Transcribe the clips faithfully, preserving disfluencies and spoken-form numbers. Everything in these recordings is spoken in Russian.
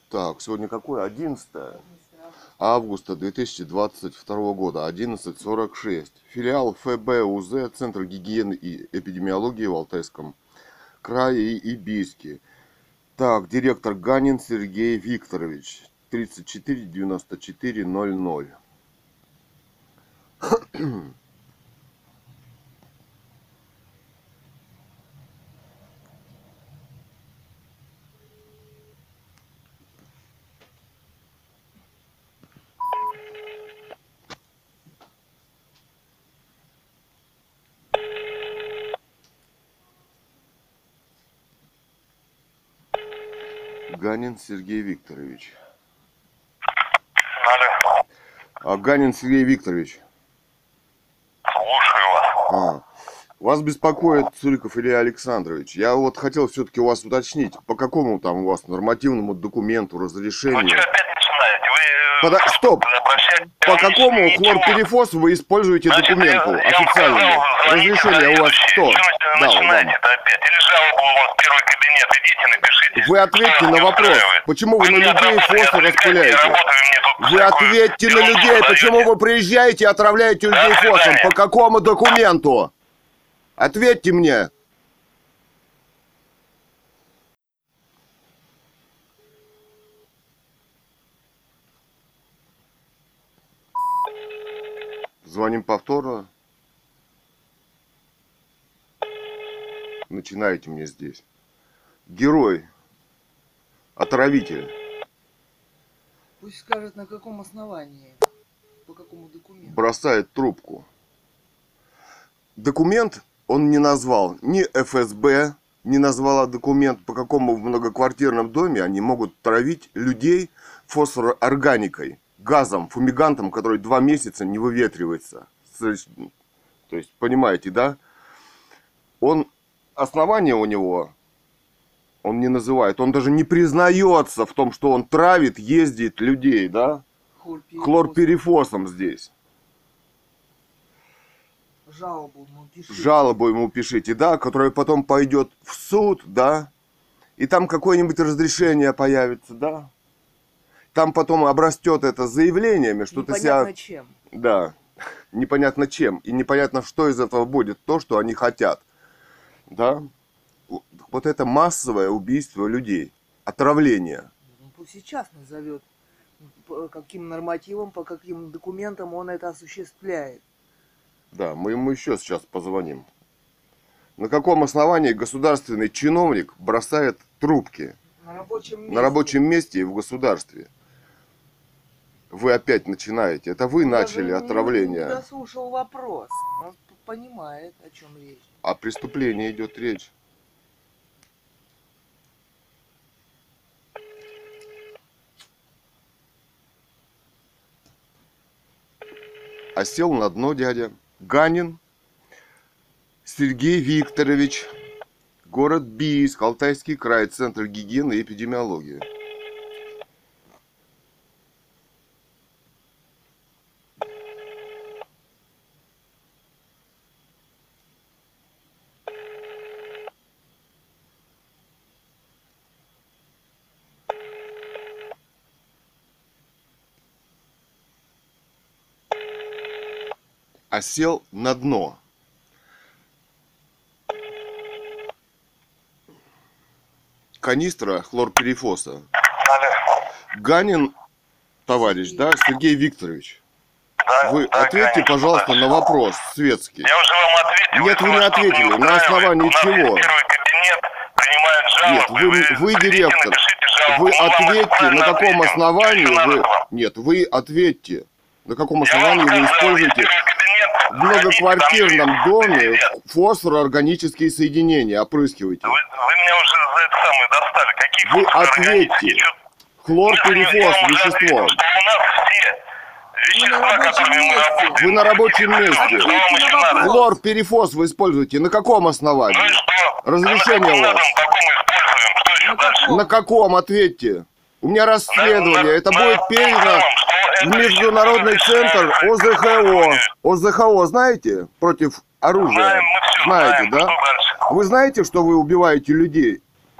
Так, сегодня какое? одиннадцатое августа две тысячи двадцать второго года, одиннадцать сорок шесть. Филиал эф бэ у зэ, Центр гигиены и эпидемиологии в Алтайском крае и Бийске. Так, директор Ганин Сергей Викторович, тридцать четыре девяносто четыре ноль ноль. Ганин Сергей Викторович. Алло. А, Ганин Сергей Викторович. Слушаю вас. А, вас беспокоит Цуриков Илья Александрович. Я вот хотел все-таки у вас уточнить, по какому там у вас нормативному документу, разрешению. Вы что опять начинаете? Вы... Пода... Стоп! По какому ничего. хлорперифос вы используете Значит, документу я, я официальному? сказал, Разрешение у вас кто? Что Да, начинаете вам. это опять? Или жалобу у вас в первый кабинет, идите, напишите. Вы ответьте на вопрос, устраивает. почему вы, Вы на меня людей отработали, фосфор отвлекаете, распыляете? я работаю, вы мне тут Вы всякую ответьте на ерунду людей, задаете. почему вы приезжаете и отравляете людей До фосфором? свидания. По какому документу? Ответьте мне. Звоним повторно. Начинаете мне здесь. Герой. Отравитель. Пусть скажет, на каком основании, по какому документу. Бросает трубку. Документ он не назвал. Ни эф эс бэ не назвала документ, по какому в многоквартирном доме они могут травить людей фосфорорганикой, газом, фумигантом, который два месяца не выветривается. То есть, понимаете, да? Он, основание у него, он не называет, он даже не признается в том, что он травит, ездит людей, да? Хлорперифос. Хлорперифосом здесь. Жалобу ему пишите. Жалобу ему пишите, да, которая потом пойдет в суд, да, и там какое-нибудь разрешение появится, да. Там потом обрастет это заявлениями, что ты себя... Непонятно чем. Да, непонятно чем. И непонятно, что из этого будет то, что они хотят. Да. Вот это массовое убийство людей. Отравление. Ну, пусть сейчас назовет, по каким нормативам, по каким документам он это осуществляет. Да, мы ему еще сейчас позвоним. На каком основании государственный чиновник бросает трубки На рабочем месте. на рабочем месте и в государстве? Вы опять начинаете. Это вы Он начали даже отравление. Не дослушал вопрос. Он понимает, о чем речь. О преступлении идет речь. А сел на дно дядя. Ганин Сергей Викторович. Город Бийск, Алтайский край, Центр гигиены и эпидемиологии. А сел на дно. Канистра хлорперифоса. Алло. Ганин, товарищ, да, Сергей Викторович. Да, Вы да, ответьте, конечно, пожалуйста, да. на вопрос светский. Я уже вам ответил. Нет, вы не Если вас ответили. что-то не На основании устраивает, у нас чего? есть первый кабинет, принимает жалобы. Нет, вы, вы придите, директор. напишите жалобу, Вы мы вам ответьте, на официально каком ответим. основании Что надо вы... вам? Нет, вы ответьте. На каком Я основании вам вы сказал, используете есть первый кабинет, в многоквартирном ходите, там доме везде. фосфорорганические соединения? Опрыскиваете. Вы, вы меня уже за это самое достали. Какие Вы фосфорорганические? ответьте. Чё- Хлорперифос, Я вам уже вещество. ответил, что у нас все вещества, рабочем которыми мы месте. работаем. Вы на рабочем месте. Что вам еще на надо? вопрос. Хлорперифос вы используете. На каком основании? Ну и что? Разрешение А у на вас? каком таком используем? Что еще На дальше? каком? На каком? Ответьте. У меня расследование. Это На- будет на передано том, что в это Международный вещество центр разрешает о зэ ха о. использование. о зэ ха о знаете? Против оружия. Знаем, мы все Знаете, знаем. да? Что дальше? Вы знаете, что вы убиваете людей?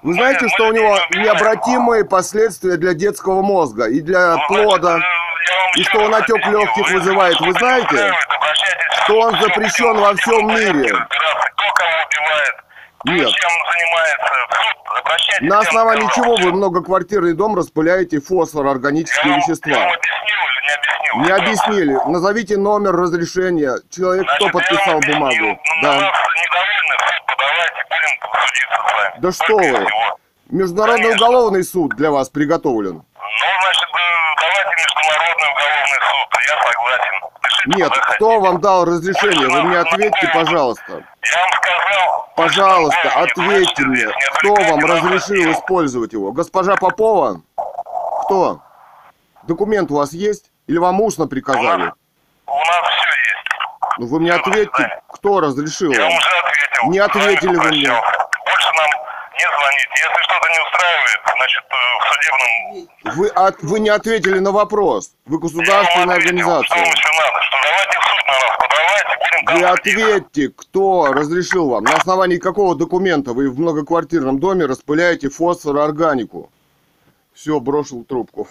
Вы знаете, Мы- что мы у него людей убиваем. необратимые последствия для детского мозга и для Ну, плода, значит, э, я вам и еще что он раз отек объясню. легких Вы вызывает, вы суд знаете? устраивает, обращайтесь в Что суд. он Суд запрещен будем- во всем будем мире. разбираться, кто кого убивает, кто Нет. чем занимается. В суд обращайтесь, На я вам основании сказал. чего вы Всё. многоквартирный дом распыляете фосфор, Я органические вам, я вещества? вам объяснил или не объяснил? Не объяснили. Назовите номер разрешения. Человек, кто Значит, подписал я вам объяснил. бумагу? На Да. нас недовольны, в суд подавайте, будем судиться с вами. Да что Только и вы. всего. Международный Конечно. уголовный суд для вас приготовлен. Ну, значит, э, давайте международный уголовный суд. Я согласен. Пишите, Нет, куда кто хотите. вам дал разрешение? Вы мне ответьте, пожалуйста. Я вам сказал. Пожалуйста, больше не ответьте слушайте мне, здесь, не кто вам отвлекайте нас от разрешил дел. использовать его? Госпожа Попова? Кто? Документ у вас есть? Или вам устно У приказали? нас, у нас все есть. Ну вы мне Всё, до ответьте, свидания. кто разрешил Я вам? уже ответил. Не С вами ответили вы мне. попрощался. Больше нам не звоните. Если что-то не устраивает, значит, э, в судебном... Вы, от- вы не ответили на вопрос. Вы Я вам государственная ответил. Что вам организация. еще надо? Что давайте в суд на нас подавайте, будем там Вы судиться. ответьте, кто разрешил вам, на основании какого документа вы в многоквартирном доме распыляете фосфороорганику. Все, брошил трубку.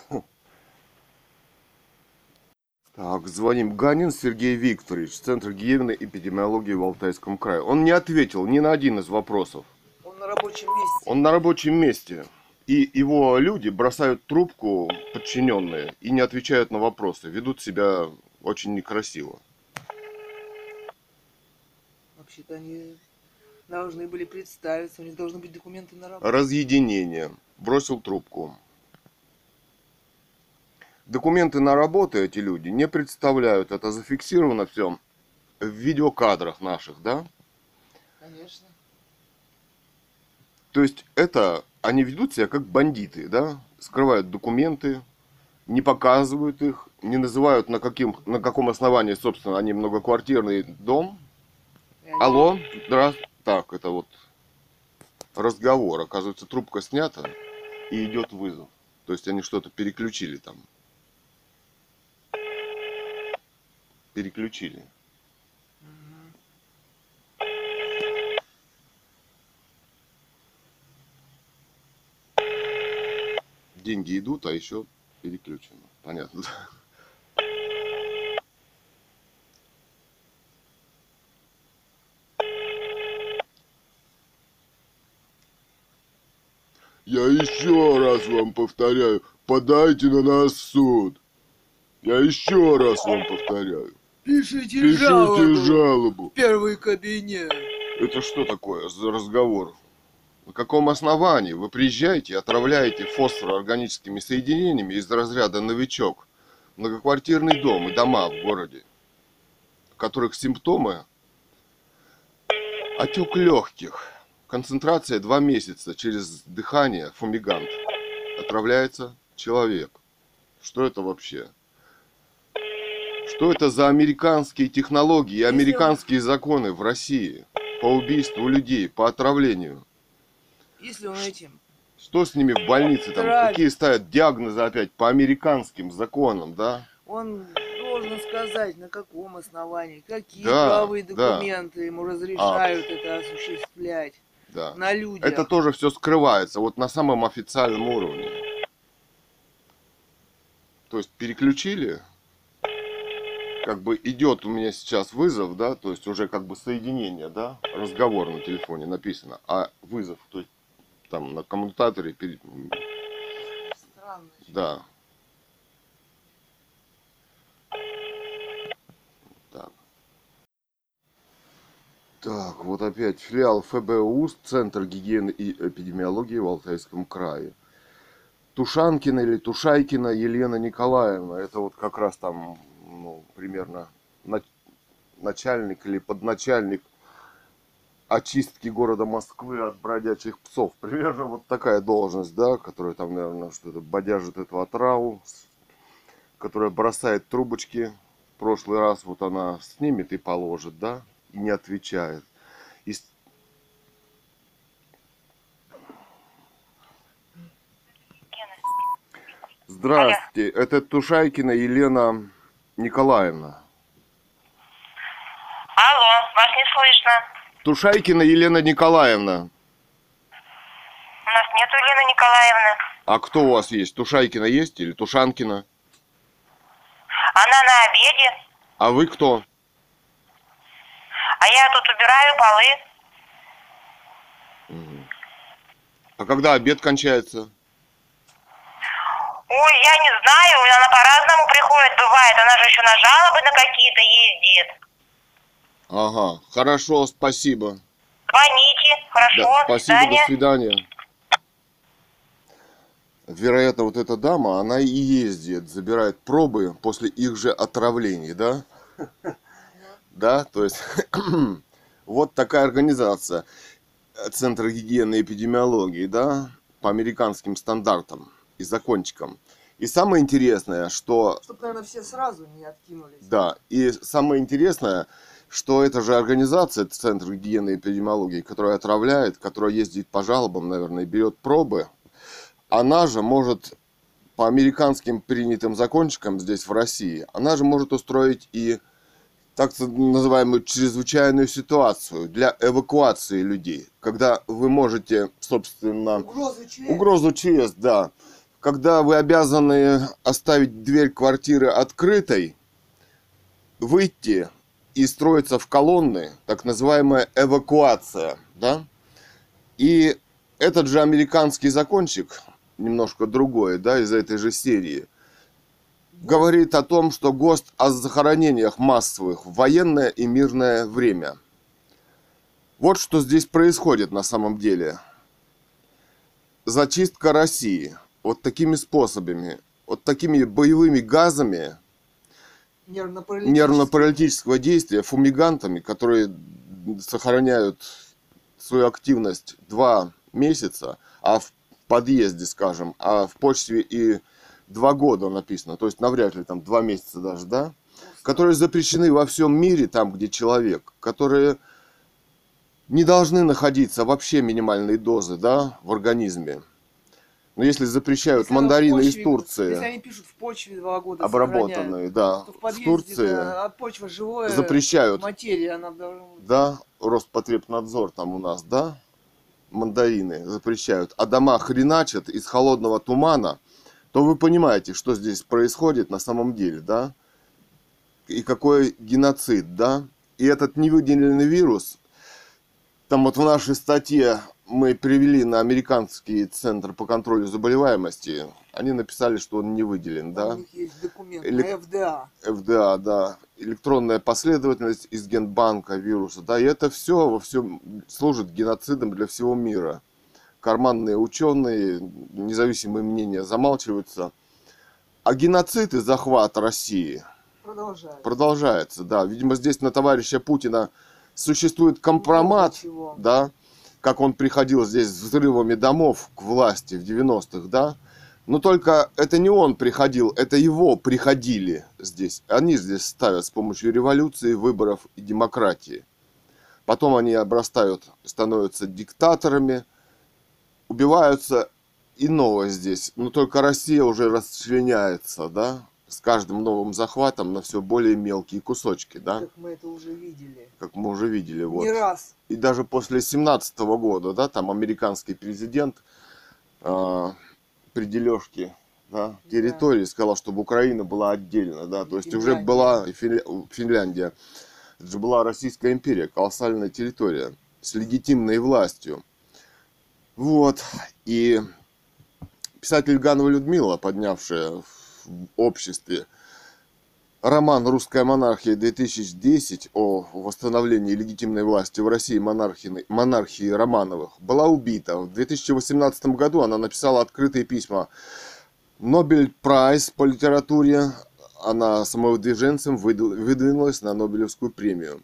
Так, звоним. Ганин Сергей Викторович, Центр гигиены и эпидемиологии в Алтайском крае. Он не ответил ни на один из вопросов. Он на рабочем месте. Он на рабочем месте. И его люди бросают трубку, подчиненные, и не отвечают на вопросы. Ведут себя очень некрасиво. Вообще-то они должны были представиться, у них должны быть документы на работу. Разъединение. Бросил трубку. Документы на работу эти люди не представляют. Это зафиксировано все в видеокадрах наших, да? Конечно. То есть это они ведут себя как бандиты, да? Скрывают документы, не показывают их, не называют на, каким, на каком основании, собственно, они многоквартирный дом. И они- Алло, здравствуйте. Так, это вот разговор. Оказывается, трубка снята и идет вызов. То есть они что-то переключили там. Переключили. Мгм. Деньги идут, а еще переключено. Понятно. Я еще раз вам повторяю, подайте на нас в суд. Я еще раз вам повторяю. Пишите, Пишите жалобу. жалобу. в Первый кабинет. Это что такое за разговор? На каком основании вы приезжаете и отравляете фосфороорганическими соединениями из разряда новичок многоквартирный дом и дома в городе, у которых симптомы отек легких, концентрация два месяца через дыхание, фумигант, отравляется человек. Что это вообще? Что это за американские технологии и Если американские законы в России по убийству людей, по отравлению? Если он этим Что с ними в больнице там? Травит. Какие ставят диагнозы опять по американским законам, да? Он должен сказать, на каком основании, какие Да, правовые да. документы ему разрешают это осуществлять Да. на людях. Это тоже все скрывается вот на самом официальном уровне. То есть переключили, как бы идет у меня сейчас вызов, да, то есть уже как бы соединение, да, разговор на телефоне написано, а вызов, то есть там на коммутаторе, пере- Странно. да. Так. Так, вот опять филиал ФБУ, Центр гигиены и эпидемиологии в Алтайском крае. Тушанкина или Тушайкина Елена Николаевна, это вот как раз там, ну, примерно на- начальник или подначальник очистки города Москвы от бродячих псов. Примерно вот такая должность, да, которая там, наверное, что-то бодяжит эту отраву, с- которая бросает трубочки. В прошлый раз вот она снимет и положит, да, и не отвечает. И с- Здравствуйте, это Тушайкина Елена Николаевна. Алло, вас не слышно. Тушайкина Елена Николаевна. У нас Елена Николаевна. А кто у вас есть? Тушайкина есть или Тушанкина? Она на обеде. А вы кто? А я тут убираю полы. А когда обед кончается? Ой, я не знаю, она по-разному приходит, бывает. Она же еще на жалобы на какие-то ездит. Ага, хорошо, спасибо. Звоните, хорошо, Да, до спасибо, свидания. до свидания. Вероятно, вот эта дама, она и ездит, забирает пробы после их же отравлений, да? Да, то есть вот такая организация. Центр гигиены и эпидемиологии, да, по американским стандартам и закончикам. И самое интересное, что... Чтобы, наверное, все сразу не откинулись. Да, и самое интересное, что эта же организация, Центр гигиены и эпидемиологии, которая отравляет, которая ездит по жалобам, наверное, и берет пробы, она же может, по американским принятым закончикам здесь, в России, она же может устроить и так называемую чрезвычайную ситуацию для эвакуации людей, когда вы можете, собственно... Угрозу ЧС. Угрозу ЧС, да. Когда вы обязаны оставить дверь квартиры открытой, выйти и строиться в колонны, так называемая эвакуация, да? И этот же американский закончик, немножко другой, да, из этой же серии, говорит о том, что ГОСТ о захоронениях массовых в военное и мирное время. Вот что здесь происходит на самом деле. Зачистка России вот такими способами, вот такими боевыми газами Нервно-паралитического. нервно-паралитического действия, фумигантами, которые сохраняют свою активность два месяца, а в подъезде, скажем, а в почве и два года написано, то есть навряд ли там два месяца даже, да, которые запрещены во всем мире, там, где человек, которые не должны находиться вообще минимальные дозы, да, в организме. Но если запрещают Если мандарины почве, из Турции, если они пишут в почве два года обработанные, да, то в в подъезде, Турции да, а почва живое, запрещают, материя, она должна... да, Роспотребнадзор там у нас, да, мандарины запрещают, а дома хреначат из холодного тумана, то вы понимаете, что здесь происходит на самом деле, да, и какой геноцид, да, и этот невыделенный вирус, там вот в нашей статье мы привели на американский центр по контролю заболеваемости, они написали, что он не выделен, Там да. у них есть документ Или- на эф дэ а. эф дэ а, да, электронная последовательность из генбанка вируса, да, и это все во всем служит геноцидом для всего мира. Карманные ученые, независимые мнения замалчиваются. А геноцид и захват России Продолжает. продолжается, да. Видимо, здесь на товарища Путина существует компромат, Много чего. да, как он приходил здесь с взрывами домов к власти в девяностых, да. Но только это не он приходил, это его приходили здесь. Они здесь ставят с помощью революции, выборов и демократии. Потом они обрастают, становятся диктаторами, убиваются и новое здесь. Но только Россия уже расчленяется, да, с каждым новым захватом на все более мелкие кусочки, да, Как мы это уже видели. как мы уже видели. Вот. Не раз. И даже после семнадцатого года, да, там американский президент э, при дележке, да, территории сказал, чтобы Украина была отдельно, да, то есть уже Финляндия. была и Финля- Финляндия, это же была Российская империя, колоссальная территория с легитимной властью. Вот, и писатель Ганова Людмила, поднявшая в обществе роман «Русская монархия две тысячи десять» о восстановлении легитимной власти в России монархии, монархии Романовых, была убита. В две тысячи восемнадцатом году она написала открытые письма Нобель Прайз по литературе. Она самовыдвиженцем выдвинулась на Нобелевскую премию.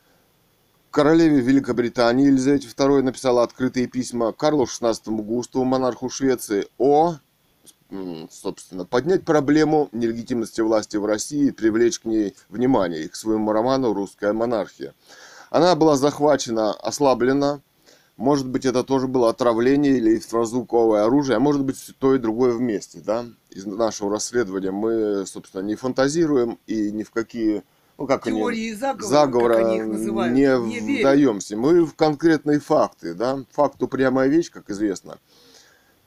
Королеве Великобритании Елизавете второй написала открытые письма Карлу шестнадцатому Густаву, монарху Швеции, о, собственно, поднять проблему нелегитимности власти в России и привлечь к ней внимание, и к своему роману «Русская монархия». Она была захвачена, ослаблена. Может быть, это тоже было отравление или инфразвуковое оружие, а может быть, то и другое вместе, да. Из нашего расследования мы, собственно, не фантазируем и ни в какие... Ну, как Теории они, заговора, заговора как они их называют, не, не верю. вдаемся. Мы в конкретные факты, да. Факт упрямая вещь, как известно.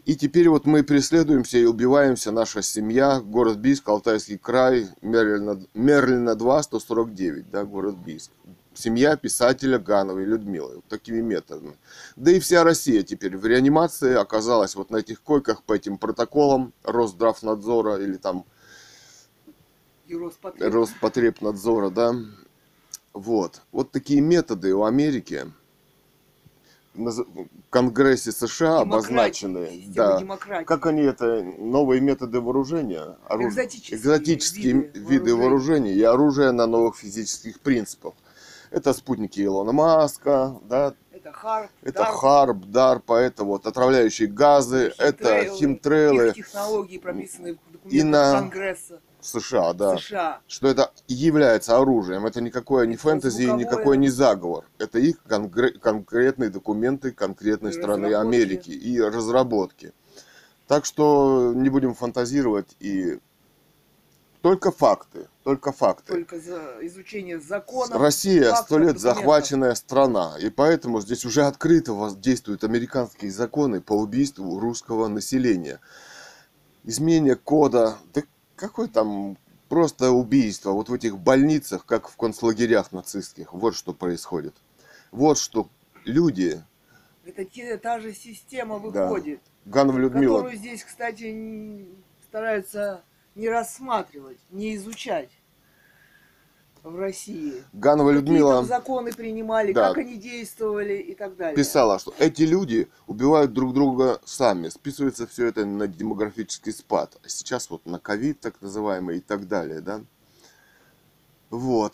И теперь вот мы преследуемся и убиваемся, наша семья, город Бийск, Алтайский край, Мерлина, Мерлина два, сто сорок девять, да, город Бийск. Семья писателя Гановой Людмилы, вот такими методами. Да и вся Россия теперь в реанимации оказалась вот на этих койках по этим протоколам Росздравнадзора или там И Роспотреб. Роспотребнадзора, да. Вот. Вот такие методы у Америки в Конгрессе США обозначены. Система Да. демократии. Как они это, новые методы вооружения, оруж... Экзотические экзотические виды виды вооружения и оружия на новых физических принципах. Это спутники Илона Маска, да, Это Харп, это Дарп, Харп, Дарпа, это вот отравляющие газы, это химтрейлы. химтрейлы Их технологии прописаны в документах И на- Конгресса США, да. США. Что это является оружием. Это никакое не Это фэнтези, звуковое. никакой не заговор. Это их конгре- конкретные документы конкретной И страны разработки. Америки и разработки. Так что не будем фантазировать и только факты, только факты. Только за изучение законов. Россия фактов, сто лет документов. захваченная страна, и поэтому здесь уже открыто действуют американские законы по убийству русского населения. Изменение кода, да какое там просто убийство, вот в этих больницах, как в концлагерях нацистских, вот что происходит. Вот что люди, Это те- та же система Да. выходит, Ганова Людмила, которую здесь, кстати, н- стараются не рассматривать, не изучать в России. Ганова Какие Людмила там законы принимали, Да. как они действовали и так далее. писала, что эти люди убивают друг друга сами. Списывается все это на демографический спад. А сейчас вот на ковид так называемый и так далее, да. Вот.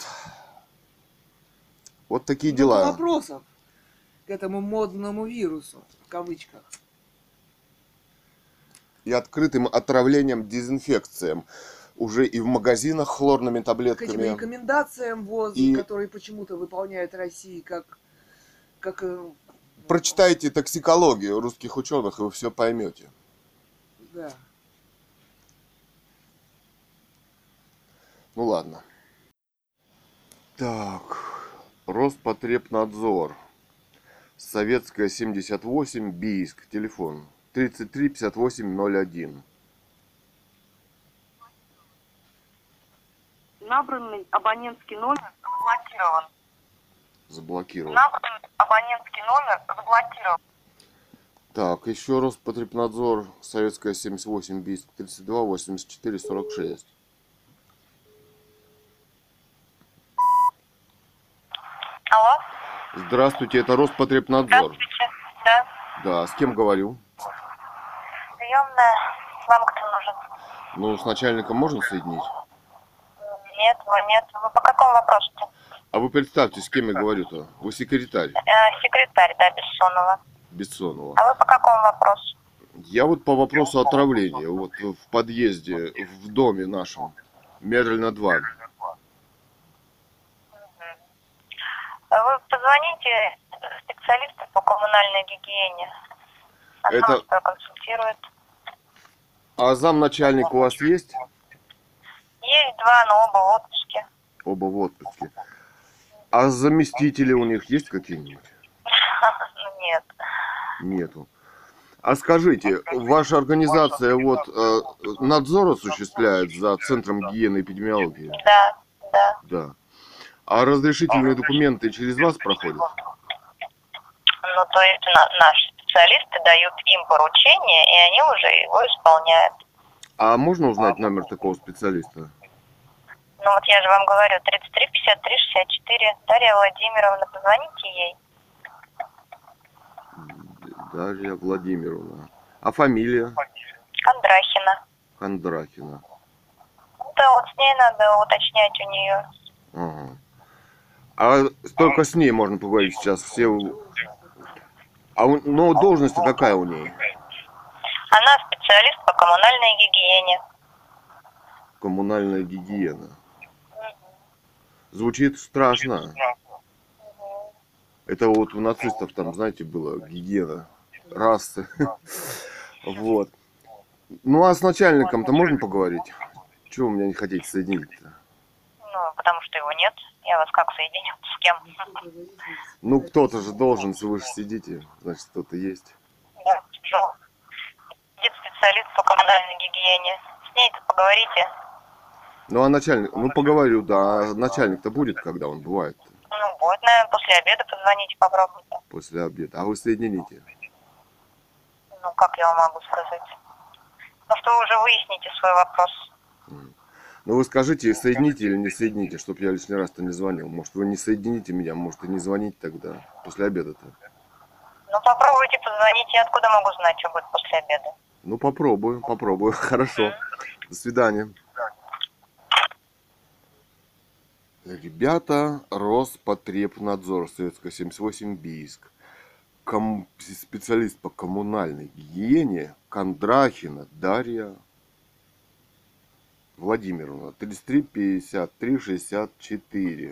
Вот такие Много дела. вопросов к этому модному вирусу, в кавычках. И открытым отравлением, дезинфекциям. Уже и в магазинах хлорными К этим таблетками. рекомендациям ВОЗ, И- которые почему-то выполняет Россия, как, как э, Прочитайте токсикологию русских ученых, и вы все поймете. да. Ну ладно. Так, Роспотребнадзор. Советская семьдесят восемь, Бийск, телефон тридцать три пятьдесят восемь ноль один. Набранный абонентский номер заблокирован. Заблокировал. Набранный абонентский номер заблокирован. Так, еще Роспотребнадзор, Советская семьдесят восемь, Бийск, тридцать два восемьдесят четыре сорок шесть. Алло? Здравствуйте, это Роспотребнадзор. Здравствуйте. Да. Да, с кем говорю? Приемная. Вам кто нужен? Ну, с начальником можно соединить? Нет, его нет. Вы по какому вопросу? А вы представьте, с кем я говорю-то? Вы секретарь Э, секретарь, да, Бессонова. Бессонова. А вы по какому вопросу? Я вот по вопросу отравления. Вот в подъезде, в доме нашем. Мерлина два. Вы позвоните специалисту по коммунальной гигиене. Она Это- вас проконсультирует. А замначальник у вас есть? Есть два, но оба в отпуске. Оба в отпуске. А заместители у них есть какие-нибудь? Ну, нет. Нету. А скажите, ваша организация вот э, надзор осуществляет за Центром гигиены и эпидемиологии? Да, да. Да. А разрешительные документы через вас проходят? Ну, то есть на- наши специалисты дают им поручение, и они уже его исполняют. А можно узнать номер такого специалиста? Ну, вот я же вам говорю, тридцать три пятьдесят три шестьдесят четыре. Дарья Владимировна, позвоните ей. Дарья Владимировна. А фамилия? Кондрахина. Кондрахина. Да, вот с ней надо уточнять у нее. Ага. А только с ней можно поговорить сейчас. Все... у- А у... ну, должность какая у ней? Она специалист по коммунальной гигиене. Коммунальная гигиена. Звучит страшно. Это вот у нацистов там, знаете, было гигиена расы. Вот. Ну а с начальником-то можно поговорить? Чего вы меня не хотите соединить-то? Ну, потому что его нет. Я вас как соединю? С кем? Ну кто-то же должен, если вы же сидите, значит кто-то есть. Да, ну, специалист по коммунальной гигиене. С ней-то поговорите. Ну а начальник, ну поговорю, да. А начальник-то будет, когда он бывает? Ну, будет, наверное, после обеда позвоните, попробуйте. После обеда. А вы соедините? Ну, как я вам могу сказать? Ну, что вы уже выясните свой вопрос. Ну вы скажите, соедините или не соедините, чтобы я лишний раз-то не звонил. Может вы не соедините меня, может и не звонить тогда, после обеда-то. Ну, попробуйте позвонить, я откуда могу знать, что будет после обеда? Ну попробую, попробую. Хорошо. До свидания. Ребята, Роспотребнадзор, Советская семьдесят восемь, Бийск. Ком... Специалист по коммунальной гигиене Кондрахина Дарья Владимировна, тридцать три пятьдесят три шестьдесят четыре.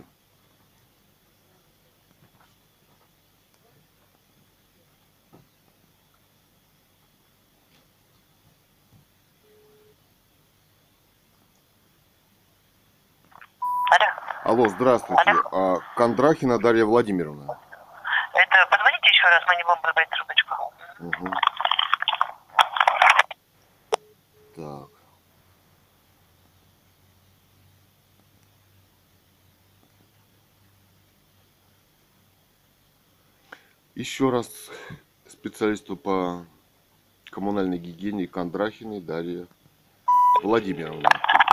Алло. Алло, здравствуйте. Алло. А, Кондрахина Дарья Владимировна. Это позвоните еще раз, мы не будем брать трубочку. Угу. Так. Еще раз специалисту по коммунальной гигиене Кондрахиной Дарья Владимировна.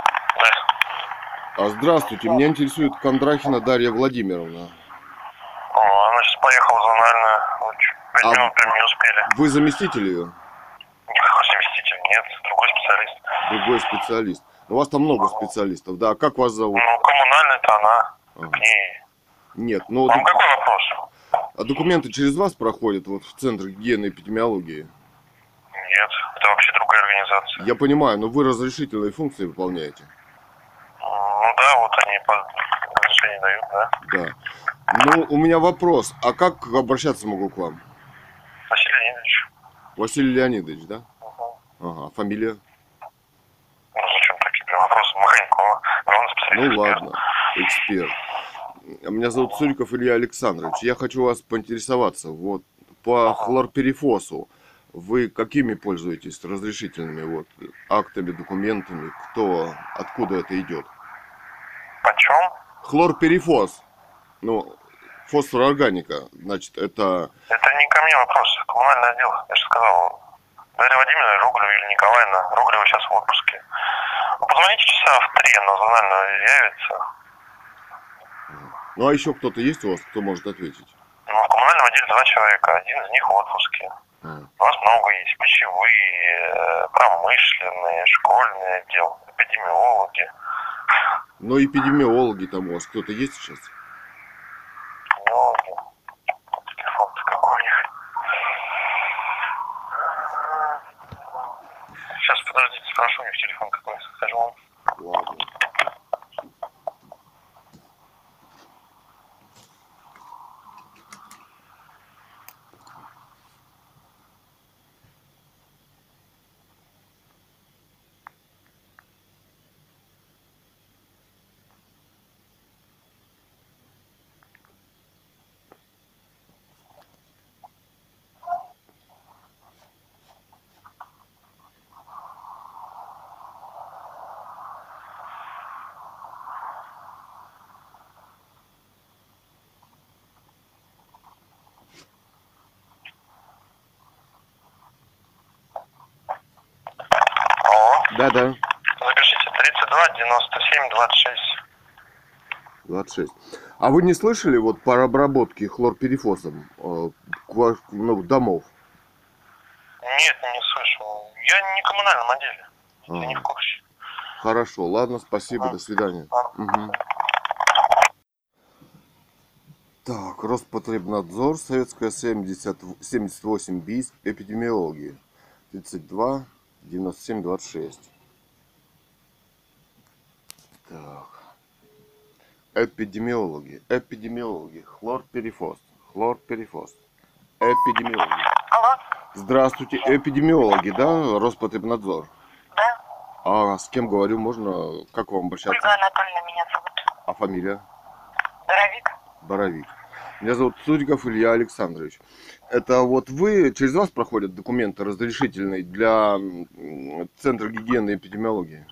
А здравствуйте, меня интересует Кондрахина Дарья Владимировна. О, она сейчас поехала в зональную. Вот, пять А минут прям не успели. Вы заместитель ее? Никакой заместитель, нет, другой специалист. Другой специалист. У вас там много специалистов, да? А как вас зовут? Ну, коммунальная-то она. Ага. К ней. Нет, ну Вам док- какой вопрос? а документы через вас проходят вот в Центр гигиены и эпидемиологии? Нет, это вообще другая организация. Я понимаю, но вы разрешительные функции выполняете. Ну да, вот они по разрешение дают, да. Да. Ну, у меня вопрос. А как обращаться могу к вам? Василий Леонидович. Василий Леонидович, да? Угу. Ага. Фамилия? Ну зачем такие прям вопросы? Маханькова. Главный специалист. Ну ладно, эксперт. Меня зовут Цуриков Илья Александрович. Я хочу вас поинтересоваться. Вот по хлорперифосу вы какими пользуетесь разрешительными вот актами, документами? Кто, откуда это идет? Почем? Хлорперифос. Ну, фосфороорганика. Значит, это... Это не ко мне вопрос. Коммунальный отдел. Я же сказал. Дарья Владимировна Ругулева или Николаевна. Ругулева сейчас в отпуске. Вы позвоните часа в три, она зональную явится. Ну, а еще кто-то есть у вас, кто может ответить? Ну, в коммунальном отделе два человека. Один из них в отпуске. А. У нас много есть. Пищевые, промышленные, школьный отдел, эпидемиологи. Но эпидемиологи там у вас кто-то есть сейчас? Эпидемиологи. Телефон-то какой у них? Сейчас, подождите, спрошу у них телефон какой. Скажу вам. Ладно. Да-да. Запишите тридцать два девяносто семь двадцать шесть. двадцать шесть. А вы не слышали вот по обработке хлорперифосом э, ква- ну, домов? Нет, не слышал. Я не в коммунальном отделе. Я Ага. не в курсе. Хорошо, ладно, спасибо, Ага. до свидания. Ладно. Мгм. Так, Роспотребнадзор, Советская семьдесят, семьдесят восемь, Бийск, эпидемиология. тридцать два девяносто семь двадцать шесть. Так. Эпидемиологи, эпидемиологи, хлорперифос, хлорперифос, эпидемиологи. Алло, Здравствуйте, эпидемиологи, да, Роспотребнадзор? да? А с кем говорю, можно, как вам обращаться? Ольга Анатольевна меня зовут. А фамилия? Боровик. Боровик. Меня зовут Цуриков Илья Александрович. Это вот вы, через вас проходят документы разрешительные для м, Центра гигиены и эпидемиологии?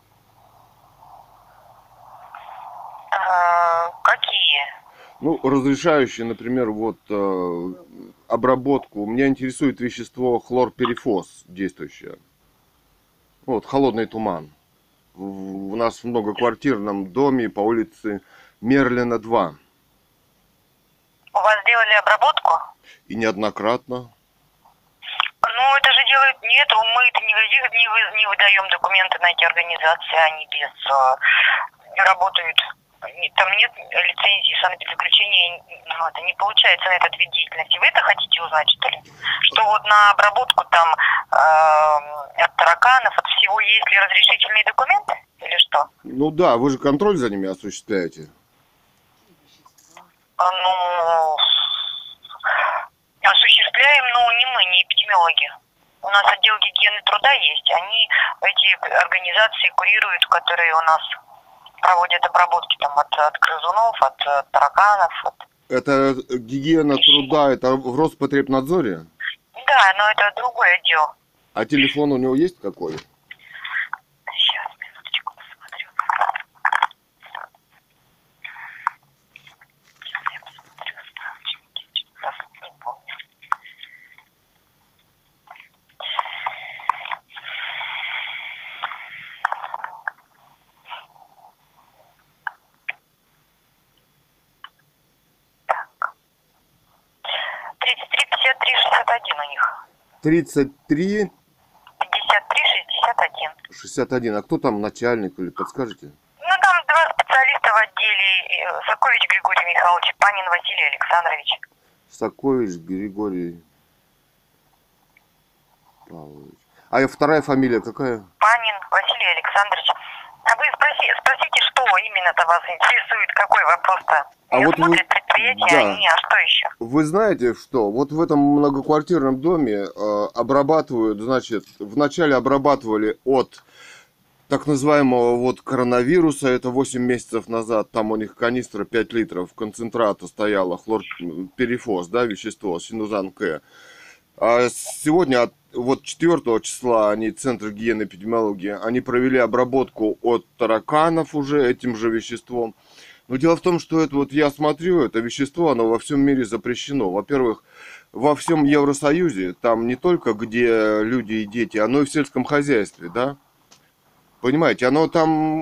А, какие? Ну, разрешающие, например, вот э, обработку. Меня интересует вещество хлорперифос действующее. Вот, холодный туман. В- У нас в многоквартирном доме по улице Мерлина два. У вас сделали обработку? И неоднократно. Ну, это же делает... Нет, мы это не, вы- не, вы- не выдаем документы на эти организации, они без... э, работают... Не- Там нет лицензии санэпидзаключения, ну, это не получается на этот вид деятельности. Вы это хотите узнать, что ли? Что вот на обработку там э, от тараканов, от всего есть ли разрешительные документы? Или что? Ну да, вы же контроль за ними осуществляете. А, Ну, осуществляем, но не мы, не эпидемиологи. У нас отдел гигиены труда есть. Они, эти организации курируют, которые у нас проводят обработки там от, от грызунов, от, э, тараканов. От... Это гигиена труда, это в Роспотребнадзоре? Да, но это другой отдел. А телефон у него есть какой? Сейчас, минуточку, посмотрю. Сейчас я посмотрю справочники. Так, не помню. тридцать три пятьдесят три шестьдесят один у них. тридцать три пятьдесят три шестьдесят один. шестьдесят один. А кто там начальник или подскажете? Ну, там два специалиста в отделе. э, Сокович Григорий Михайлович, Панин Василий Александрович. Сакович Григорий Павлович. А вторая фамилия какая? Панин Василий Александрович. А вы спроси, спросите, что именно-то вас интересует, какой вопрос-то? А Я вот вы- смотрю предприятие, да. они, а что еще? Вы знаете, что вот в этом многоквартирном доме э, обрабатывают, значит, вначале обрабатывали от так называемого вот коронавируса, это восемь месяцев назад, там у них канистра пять литров концентрата стояла, хлорперифос, да, вещество, синузан К. А сегодня, от- вот четвёртого числа, они, Центр гигиены и эпидемиологии, они провели обработку от тараканов уже этим же веществом. Но дело в том, что это вот я смотрю, это вещество, оно во всем мире запрещено. Во-первых, во всем Евросоюзе, там не только где люди и дети, оно и в сельском хозяйстве, да? Понимаете, оно там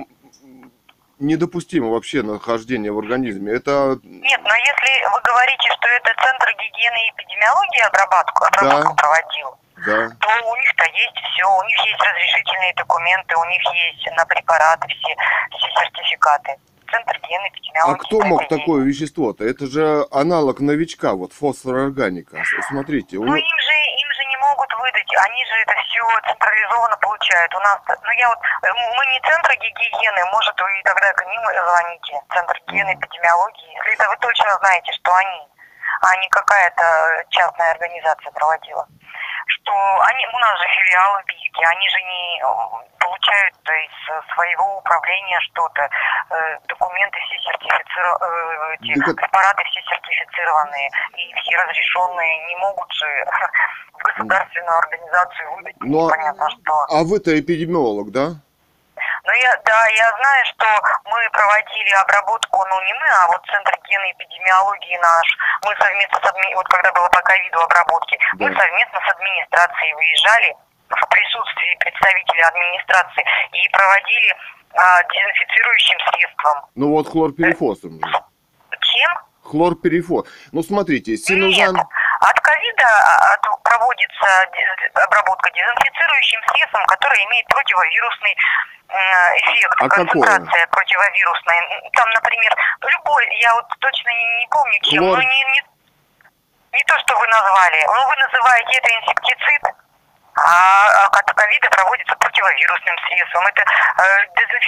недопустимо вообще нахождение в организме. Это Нет, но если вы говорите, что это Центр гигиены и эпидемиологии обработку, обработку Да. проводил, да. то у них-то есть все, у них есть разрешительные документы, у них есть на препараты все, все сертификаты. Центр гигиены и А эпидемиологии. кто мог это есть. такое вещество-то? Это же аналог новичка, вот фосфорорганика. С- Смотрите, у Ну него- им же, им же не могут выдать, они же это все централизованно получают. У нас, ну я вот, э, мы не центр гигиены, может вы и тогда к ним звоните, Центр гигиены и эпидемиологии, если это вы точно знаете, что они, а не какая-то частная организация проводила. Что они, у нас же филиалы в Бийске, они же не э, получают из э, своего управления что-то, э, документы все сертифицированные, эти Так это- препараты все сертифицированные и все разрешенные, не могут же в государственную организацию выдать Ну, а- непонятно что. А вы-то эпидемиолог, да? Но я, да, я знаю, что мы проводили обработку, ну не мы, а вот Центр гигиены и эпидемиологии наш, мы совместно с адми... вот когда было по ковиду обработки, мы Да. совместно с администрацией выезжали в присутствии представителей администрации и проводили а, дезинфицирующим средством. Ну вот хлорперифосом же. Чем? Хлорперифос. Ну смотрите, синузан... Нет. От ковида а, от- проводится дез- обработка дезинфицирующим средством, которое имеет противовирусный э, эффект, А какое? концентрация противовирусная. Там, например, любой, я вот точно не, не помню чем, Хлор- но не, не, не то, что вы назвали. Ну, вы называете это инсектицид, а а от ковида проводится противовирусным средством. Это э,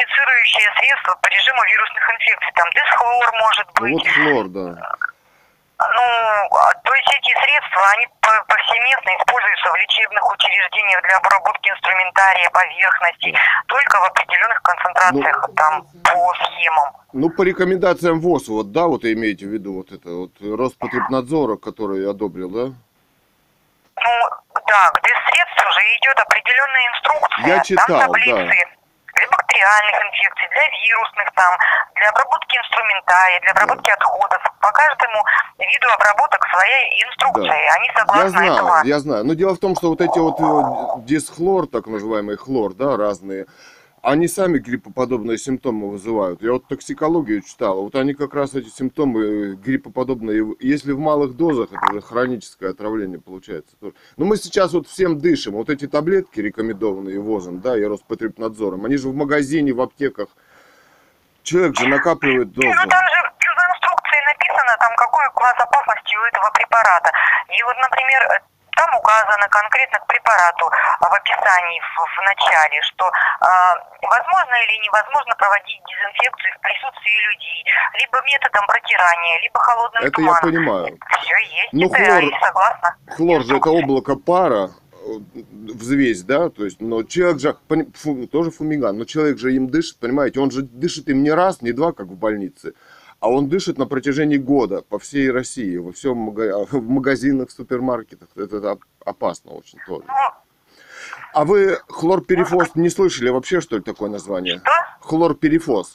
дезинфицирующее средство по режиму вирусных инфекций. Там дисхлор может Ну быть. вот хлор, да. Ну, а, то есть эти средства, они по- повсеместно используются в лечебных учреждениях для обработки инструментария, поверхностей, только в определенных концентрациях, Ну, там, по схемам. Ну, по рекомендациям ВОЗ, вот, да, вот имеете в виду вот это вот Роспотребнадзора, который одобрил, да? Ну, да, где средств уже идет определенная инструкция. Я Там читал, таблицы да. для бактериальных инфекций, для вирусных, там, для обработки инструментария, для обработки отходов. По каждому виду обработок своя инструкция. Да. Они Я согласно знаю, этого. я знаю. Но дело в том, что вот эти вот э, дисхлор, так называемый хлор, да, разные, они сами гриппоподобные симптомы вызывают. Я вот токсикологию читал, вот они как раз эти симптомы гриппоподобные, если в малых дозах, это уже хроническое отравление получается. Но мы сейчас вот всем дышим, вот эти таблетки, рекомендованные ВОЗом, да, и Роспотребнадзором, они же в магазине, в аптеках, человек же накапливает дозу. Ну, там же в инструкции написано, там, какой класс опасности у этого препарата. И вот, например, там указано конкретно к препарату а, в описании в, в начале, что а, возможно или невозможно проводить дезинфекцию в присутствии людей, либо методом протирания, либо холодным Это туманом. я понимаю. Все есть, Ну, это хлор- и согласна. Хлор же это облако пара, э, взвесь, да, то есть, но человек же, пони- фу- тоже фумиган, но человек же им дышит, понимаете, он же дышит им не раз, не два, как в больнице, а он дышит на протяжении года по всей России, во всем мага- в магазинах, супермаркетах, это, это оп- опасно очень тоже. Ну, А вы хлорперифос не слышали вообще, что ли, такое название? что? Хлорперифос.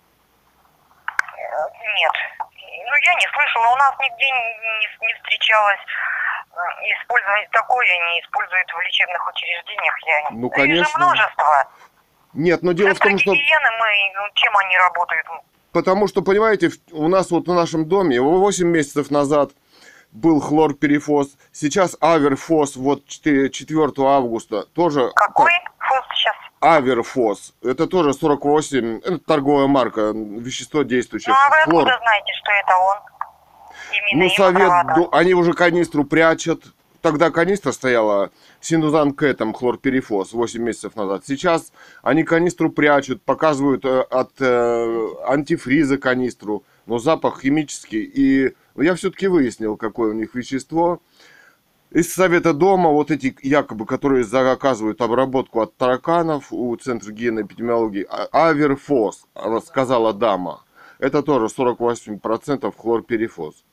Нет. Ну, я не слышала, у нас нигде не, не встречалось э, использовать такое, не используют в лечебных учреждениях. Я... Ну, Их же конечно. множество. Нет, но дело в том, что... Гигиены мы, ну, чем они работают? Потому что, понимаете, в- у нас вот в нашем доме восемь месяцев назад был хлорперифос, сейчас аверфос, вот четвёртого августа, тоже... Какой фос сейчас? Аверфос, это тоже сорок восемь, это торговая марка, вещество действующее. Ну, а вы Хлор. откуда знаете, что это он? Именно Ну, его совет, препарат. ду- они уже канистру прячут. Тогда канистра стояла Синузан К, там, хлорперифос, восемь месяцев назад. Сейчас они канистру прячут, показывают э, от э, антифриза канистру, но запах химический. И я все-таки выяснил, какое у них вещество. Из Совета дома, вот эти якобы, которые заказывают обработку от тараканов у Центра гигиены и эпидемиологии, а- Аверфос, сказала дама. Это тоже сорок восемь процентов хлорперифос.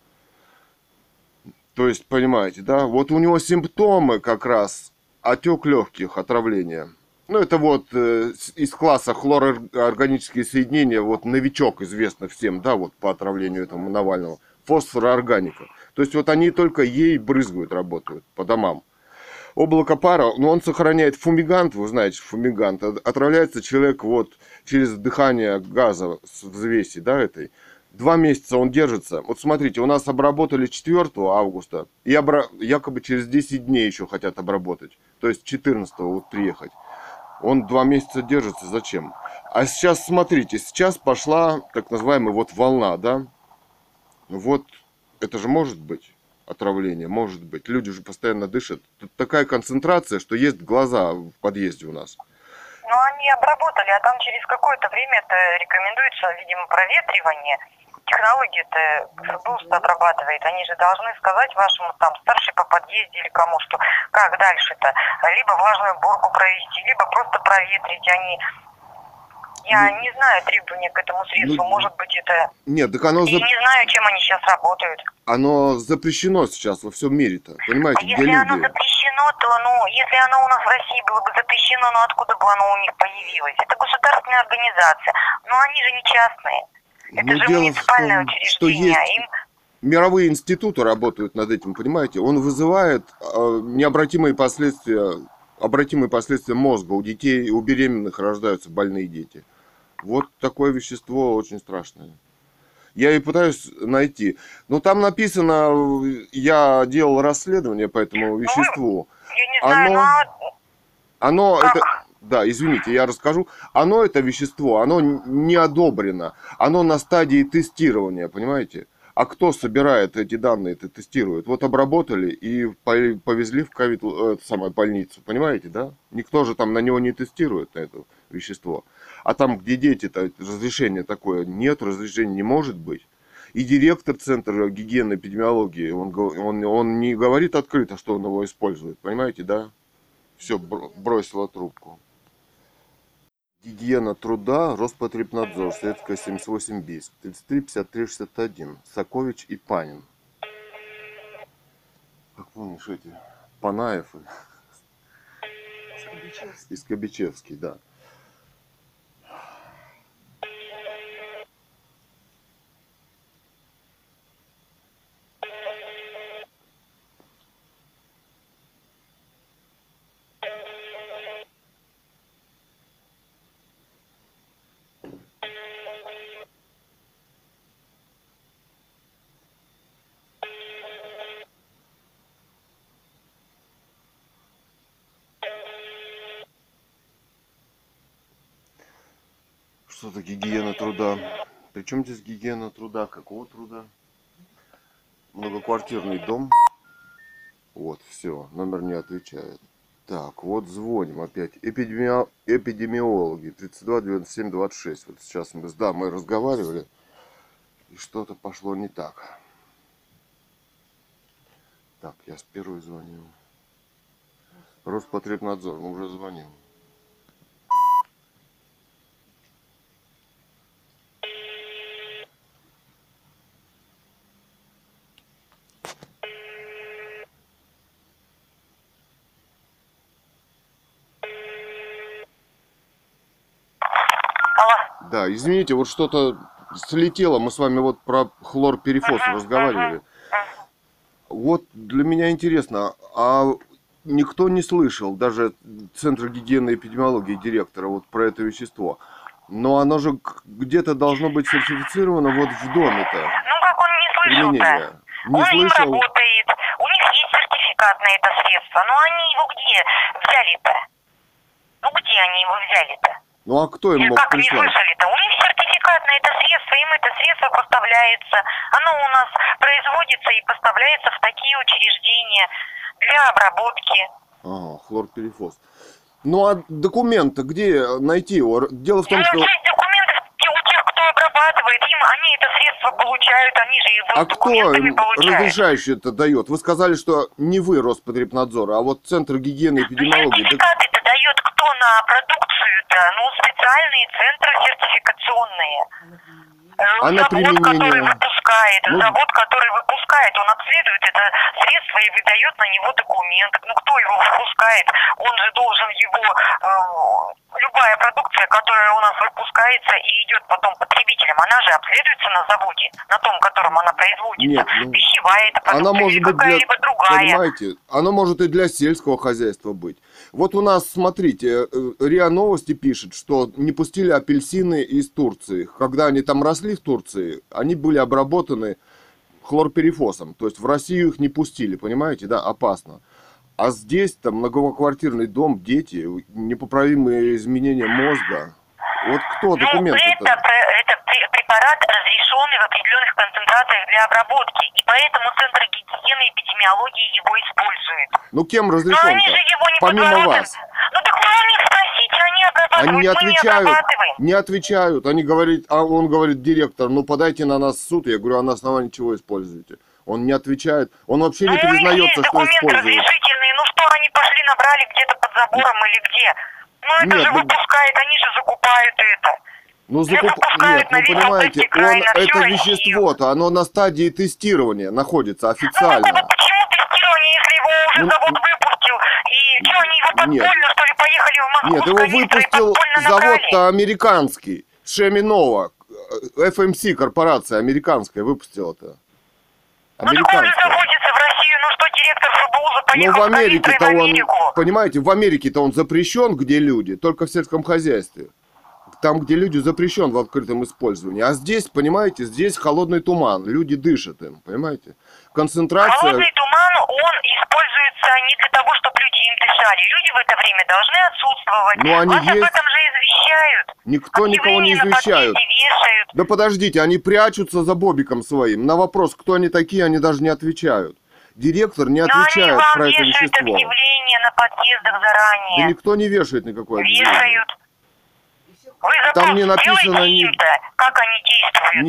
То есть, понимаете, да? Вот у него симптомы как раз отек легких, отравления. Ну, это вот э, с- из класса хлороорганические соединения, вот новичок известно всем, да, вот по отравлению этому Навального. Фосфороорганика. То есть, вот они только ей брызгают, работают по домам. Облако пара, ну, он сохраняет фумигант, вы знаете, фумигант. От- Отравляется человек вот через вдыхание газа с взвеси, да, этой. Два месяца он держится. Вот смотрите, у нас обработали четвёртого августа, и обра- якобы через десять дней еще хотят обработать. То есть четырнадцатого вот приехать. Он два месяца держится, зачем? А сейчас, смотрите, сейчас пошла так называемая вот волна, да? Вот это же может быть отравление, может быть. Люди же постоянно дышат. Тут такая концентрация, что есть глаза в подъезде у нас. Ну, они обработали, а там через какое-то время это рекомендуется, видимо, проветривание. Технологии-то ФБУ отрабатывает. Они же должны сказать вашему там старший по подъезде или кому, что как дальше-то. Либо влажную уборку провести, либо просто проветрить. Они... Я Ну, не знаю требования к этому средству. ну, Может быть, это... Нет, так оно, И за- не знаю, чем они сейчас работают. оно запрещено сейчас во всем мире-то. А Понимаете, где если оно люди? запрещено, то, ну, если оно у нас в России было бы запрещено, ну откуда бы оно у них появилось? Это государственная организация, но они же не частные. Это Ну, же дело в муниципальное том, что учреждение. есть Им... мировые институты работают над этим, понимаете? Он вызывает э, необратимые последствия, обратимые последствия мозга. У детей, у беременных рождаются больные дети. Вот такое вещество очень страшное. Я и пытаюсь найти. Но там написано, я делал расследование по этому веществу. Я не знаю, Оно- но... Оно Как? это... Да, извините, я расскажу. Оно, это вещество, оно не одобрено. Оно на стадии тестирования, понимаете? А кто собирает эти данные, это тестирует? Вот обработали и по- повезли в ковид, э, эту самую больницу, понимаете, да? Никто же там на него не тестирует, на это вещество. А там, где дети-то, разрешение такое нет, разрешения не может быть. И директор Центра гигиены и эпидемиологии, он, он, он не говорит открыто, что он его использует. Понимаете, да? Все, бросила трубку. Гигиена труда, Роспотребнадзор, Советская семьдесят восемь Бийск, тридцать три пятьдесят три шестьдесят один, Сакович и Панин. Как помнишь эти? Панаев и Скобичевский, да. Что-то гигиена труда. Причем здесь гигиена труда? Какого труда? Многоквартирный дом. Вот, все, номер не отвечает. Так, вот звоним опять. Эпидеми... Эпидемиологи. тридцать два девяносто семь двадцать шесть. Вот сейчас мы, да, мы разговаривали. И что-то пошло не так. Так, я с первой звонил. Роспотребнадзор, мы уже звонил. Да, извините, вот что-то слетело. Мы с вами вот про хлорперифос uh-huh, разговаривали. Uh-huh. Вот для меня интересно, а никто не слышал, даже Центр гигиены и эпидемиологии директора, вот про это вещество. Но оно же где-то должно быть сертифицировано вот в доме-то. Ну как он не слышал-то? Не он слышал. им работает, у них есть сертификат на это средство, но они его где взяли-то? Ну где они его взяли-то? Ну а кто им Или мог как прислать? не слышали-то? У них сертификат на это средство, им это средство поставляется. Оно у нас производится и поставляется в такие учреждения для обработки. Ага, хлорперифос. Ну а документ-то где найти его? Дело в том, ну, что... есть документы у тех, кто обрабатывает, им они это средство получают, они же его А с документами кто получают. разрешающий это дает? Вы сказали, что не вы Роспотребнадзор, а вот Центр гигиены и эпидемиологии. Сертификаты это дает кто на продукцию-то? Ну, специальные центры сертификационные. А на завод, применение? который выпускает, Ну... завод, который выпускает, он обследует это средство и выдает на него документ. Ну, кто его выпускает? Он же должен его... Э, любая продукция, которая у нас выпускается и идет потом потребителям, она же обследуется на заводе, на том, котором она производится. Нет, ну... Пищевая это продукция она может или быть какая-либо для... другая. Понимаете, она может и для сельского хозяйства быть. Вот у нас, смотрите, РИА Новости пишет, что не пустили апельсины из Турции. Когда они там росли в Турции, они были обработаны хлорперифосом. То есть в Россию их не пустили, понимаете, да, опасно. А здесь там многоквартирный дом, дети, непоправимые изменения мозга. Вот кто документ ну, это, это? это препарат, разрешенный в определенных концентрациях для обработки. И поэтому Центр гигиены и эпидемиологии его использует. Ну кем Но разрешен-то? они же его не Помимо подворотят. вас. Ну так вы у них спросите, они обрабатывают, Они не мы отвечают, не обрабатываем. не отвечают. Они говорят, а он говорит, директор, ну подайте на нас в суд. Я говорю, а на основании чего используете? Он не отвечает. Он вообще ну, не признается, что документы использует. разрешительные. Ну что, они пошли, набрали где-то под забором или где? Ну это Нет, же ну... выпускает, они же закупают это. Ну, закуп... Нет, ну понимаете, он, это вещество-то, оно на стадии тестирования находится официально. Ну, так, почему тестирование, если его уже ну, завод выпустил? И что, они его подпольно, нет. что ли, поехали в Москву? Нет, его выпустил завод-то американский, Шеминова, эф эм си корпорация американская выпустила-то. Американская. Ну, так он же заводится в Россию, ну что, директор ФБУ поехал ну, в Америке-то в Америку? он, понимаете, в Америке-то он запрещен, где люди, только в сельском хозяйстве. Там, где люди, запрещен в открытом использовании. А здесь, понимаете, здесь холодный туман. Люди дышат им, понимаете? Концентрация... Холодный туман, он используется не для того, чтобы люди им дышали. Люди в это время должны отсутствовать. Ну, они Вас есть... об этом же извещают. Никто никого не извещают. Да подождите, они прячутся за бобиком своим. На вопрос, кто они такие, они даже не отвечают. Директор не отвечает Но они про это вещество. вешают объявления на подъездах заранее. Да никто не вешает никакое объявление. Вешают. Вы Там не написано... Ни... как они действуют-то?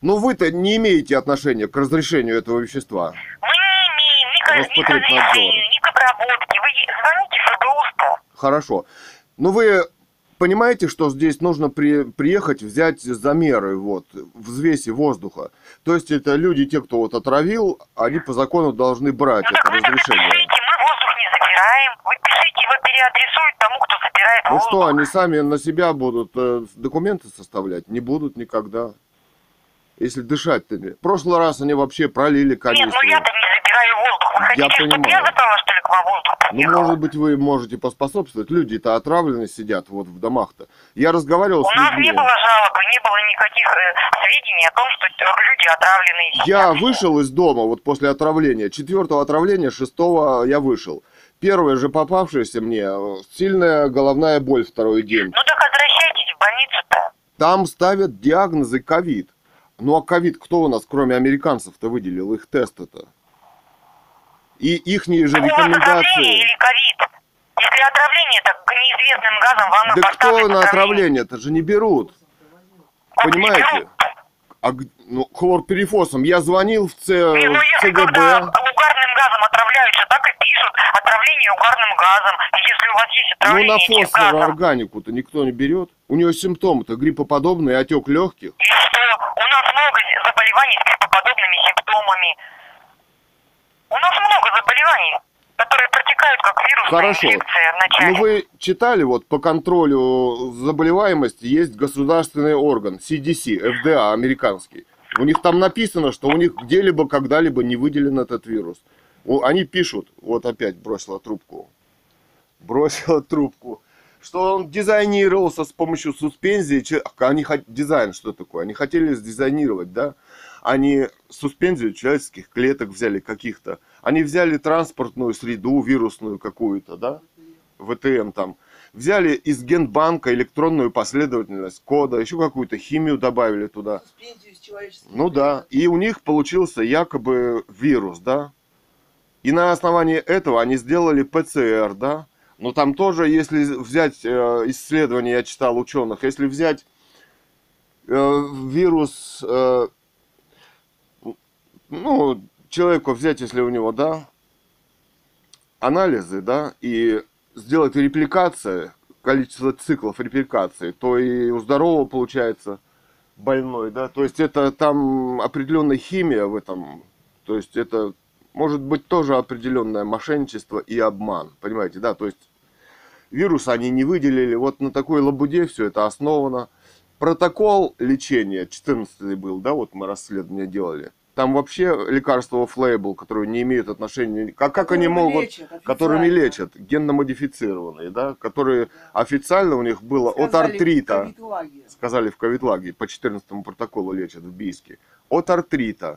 Ну вы-то не имеете отношения к разрешению этого вещества. Мы не имеем ни к, ни к разрешению, ни к обработке. Вы звоните в ФБУ-сто. Хорошо. Ну вы понимаете, что здесь нужно при, приехать, взять замеры, вот, взвеси воздуха. То есть это люди, те, кто вот отравил, они по закону должны брать Ну это так вы разрешение. напишите, мы воздух не забираем. Вы пишите, его переадресуют тому, кто забирает Ну воздух. что, они сами на себя будут э, документы составлять? Не будут никогда. Если дышать-то не. В прошлый раз они вообще пролили Нет, канистру. ну я-то не забираю воздух. Вы Я хотите, чтобы я понимаю. забрала, что ли, к вам воздух Ну, приехал? может быть, вы можете поспособствовать. Люди-то отравлены сидят вот в домах-то. Я разговаривал У с нас людьми. не было жалоб, и не было никаких э, сведений о том, что люди отравленные сидят. Я вышел из дома вот после отравления. Четвертого отравления, шестого я вышел. Первое же попавшееся мне, э, сильная головная боль второй день. Ну так возвращайтесь в больницу-то. Там ставят диагнозы ковид. Ну а ковид кто у нас, кроме американцев-то, выделил их тест-то? И ихние же Так у вас отравление рекомендации. или ковид? Если отравление, так неизвестным газом вам и Да кто поставят на отравление. отравление? Это же не берут. Как не Понимаете? берут? А, г- ну, хлорперифосом. Я звонил в, Ц... Не, ну в если когда ЦГБ. угарным газом отравляются, так и пишут. Отравление угарным газом. И если у вас есть Ну, отравление на этим газом, фосфороорганику-то никто не берет. У нее симптомы-то гриппоподобные, отек легких. и что? У нас много заболеваний с гриппоподобными симптомами. У нас много заболеваний, которые протекают как вирусная Хорошо. инфекция вначале. Ну, вы читали, вот по контролю заболеваемости есть государственный орган, си ди си, эф ди а, американский. У них там написано, что у них где-либо, когда-либо не выделен этот вирус. О, они пишут, вот опять бросила трубку, бросила трубку, что он дизайнировался с помощью суспензии. Че- Они хот- дизайн что такое? Они хотели сдизайнировать, да? Они суспензию человеческих клеток взяли каких-то. Они взяли транспортную среду вирусную какую-то, да? вэ тэ эм там. Взяли из генбанка электронную последовательность кода, еще какую-то химию добавили туда. Суспензию из человеческих Ну да, и у них получился якобы вирус, да. И на основании этого они сделали пэ цэ эр, да. Но там тоже, если взять э, исследования, я читал ученых, если взять э, вирус, э, ну, человеку взять, если у него, да, анализы, да, и сделать репликацию, количество циклов репликации, то и у здорового получается больной, да, то есть это там определенная химия в этом, то есть это может быть тоже определенное мошенничество и обман, понимаете, да, то есть вирус они не выделили, вот на такой лабуде все это основано. Протокол лечения четырнадцатый был, да, вот мы расследование делали. Там вообще лекарства off-label, которые не имеют отношения, как, как они Которыми могут, лечат официально. которыми лечат, генно-модифицированные, да, которые официально у них было от Сказали, артрита, ковид-лагерь. сказали в ковид-лагере, по четырнадцатому протоколу лечат в Бийске, от артрита.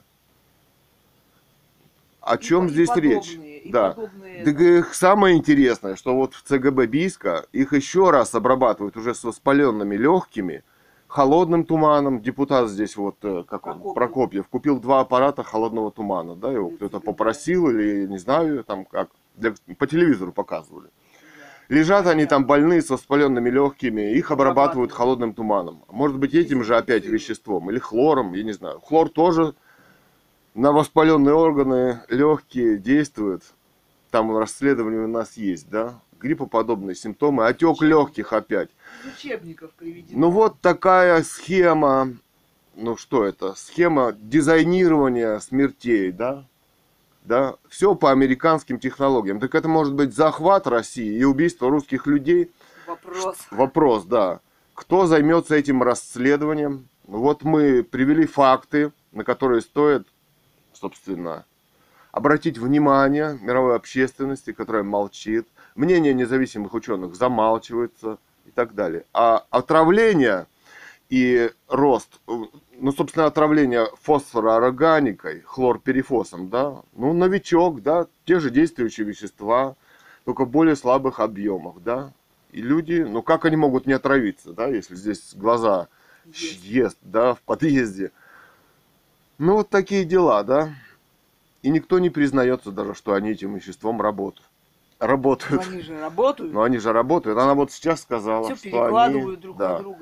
О И чем по- и здесь подобные, речь? и Да. подобные Так это. их самое интересное, что вот в цэ гэ бэ Бийска их еще раз обрабатывают уже с воспаленными легкими, холодным туманом. Депутат здесь вот, э, как он, Прокопьев. Прокопьев, купил два аппарата холодного тумана, да, его кто-то попросил или не знаю, там как, для- по телевизору показывали. Лежат они там больные с воспаленными легкими, их обрабатывают холодным туманом. Может быть этим же опять веществом или хлором, я не знаю. Хлор тоже на воспаленные органы легкие действует. Там расследование у нас есть, да? Гриппоподобные симптомы, отек легких опять. Из учебников приведено. Ну вот такая схема, ну что это, схема дизайнирования смертей, да? Да, все по американским технологиям. Так это может быть захват России и убийство русских людей. Вопрос. Вопрос, да. Кто займется этим расследованием? Вот мы привели факты, на которые стоит, собственно, обратить внимание мировой общественности, которая молчит. Мнение независимых ученых замалчивается и так далее. А отравление и рост, ну, собственно, отравление фосфороорганикой, хлорперифосом, да, ну, новичок, да, те же действующие вещества, только в более слабых объемах, да. И люди, ну, как они могут не отравиться, да, если здесь глаза Есть. ест, да, в подъезде. Ну, вот такие дела, да. И никто не признается даже, что они этим веществом работают. Но Работают. они же работают. Но они же работают. Она вот сейчас сказала, Все что перекладывают они... друг да. на друга.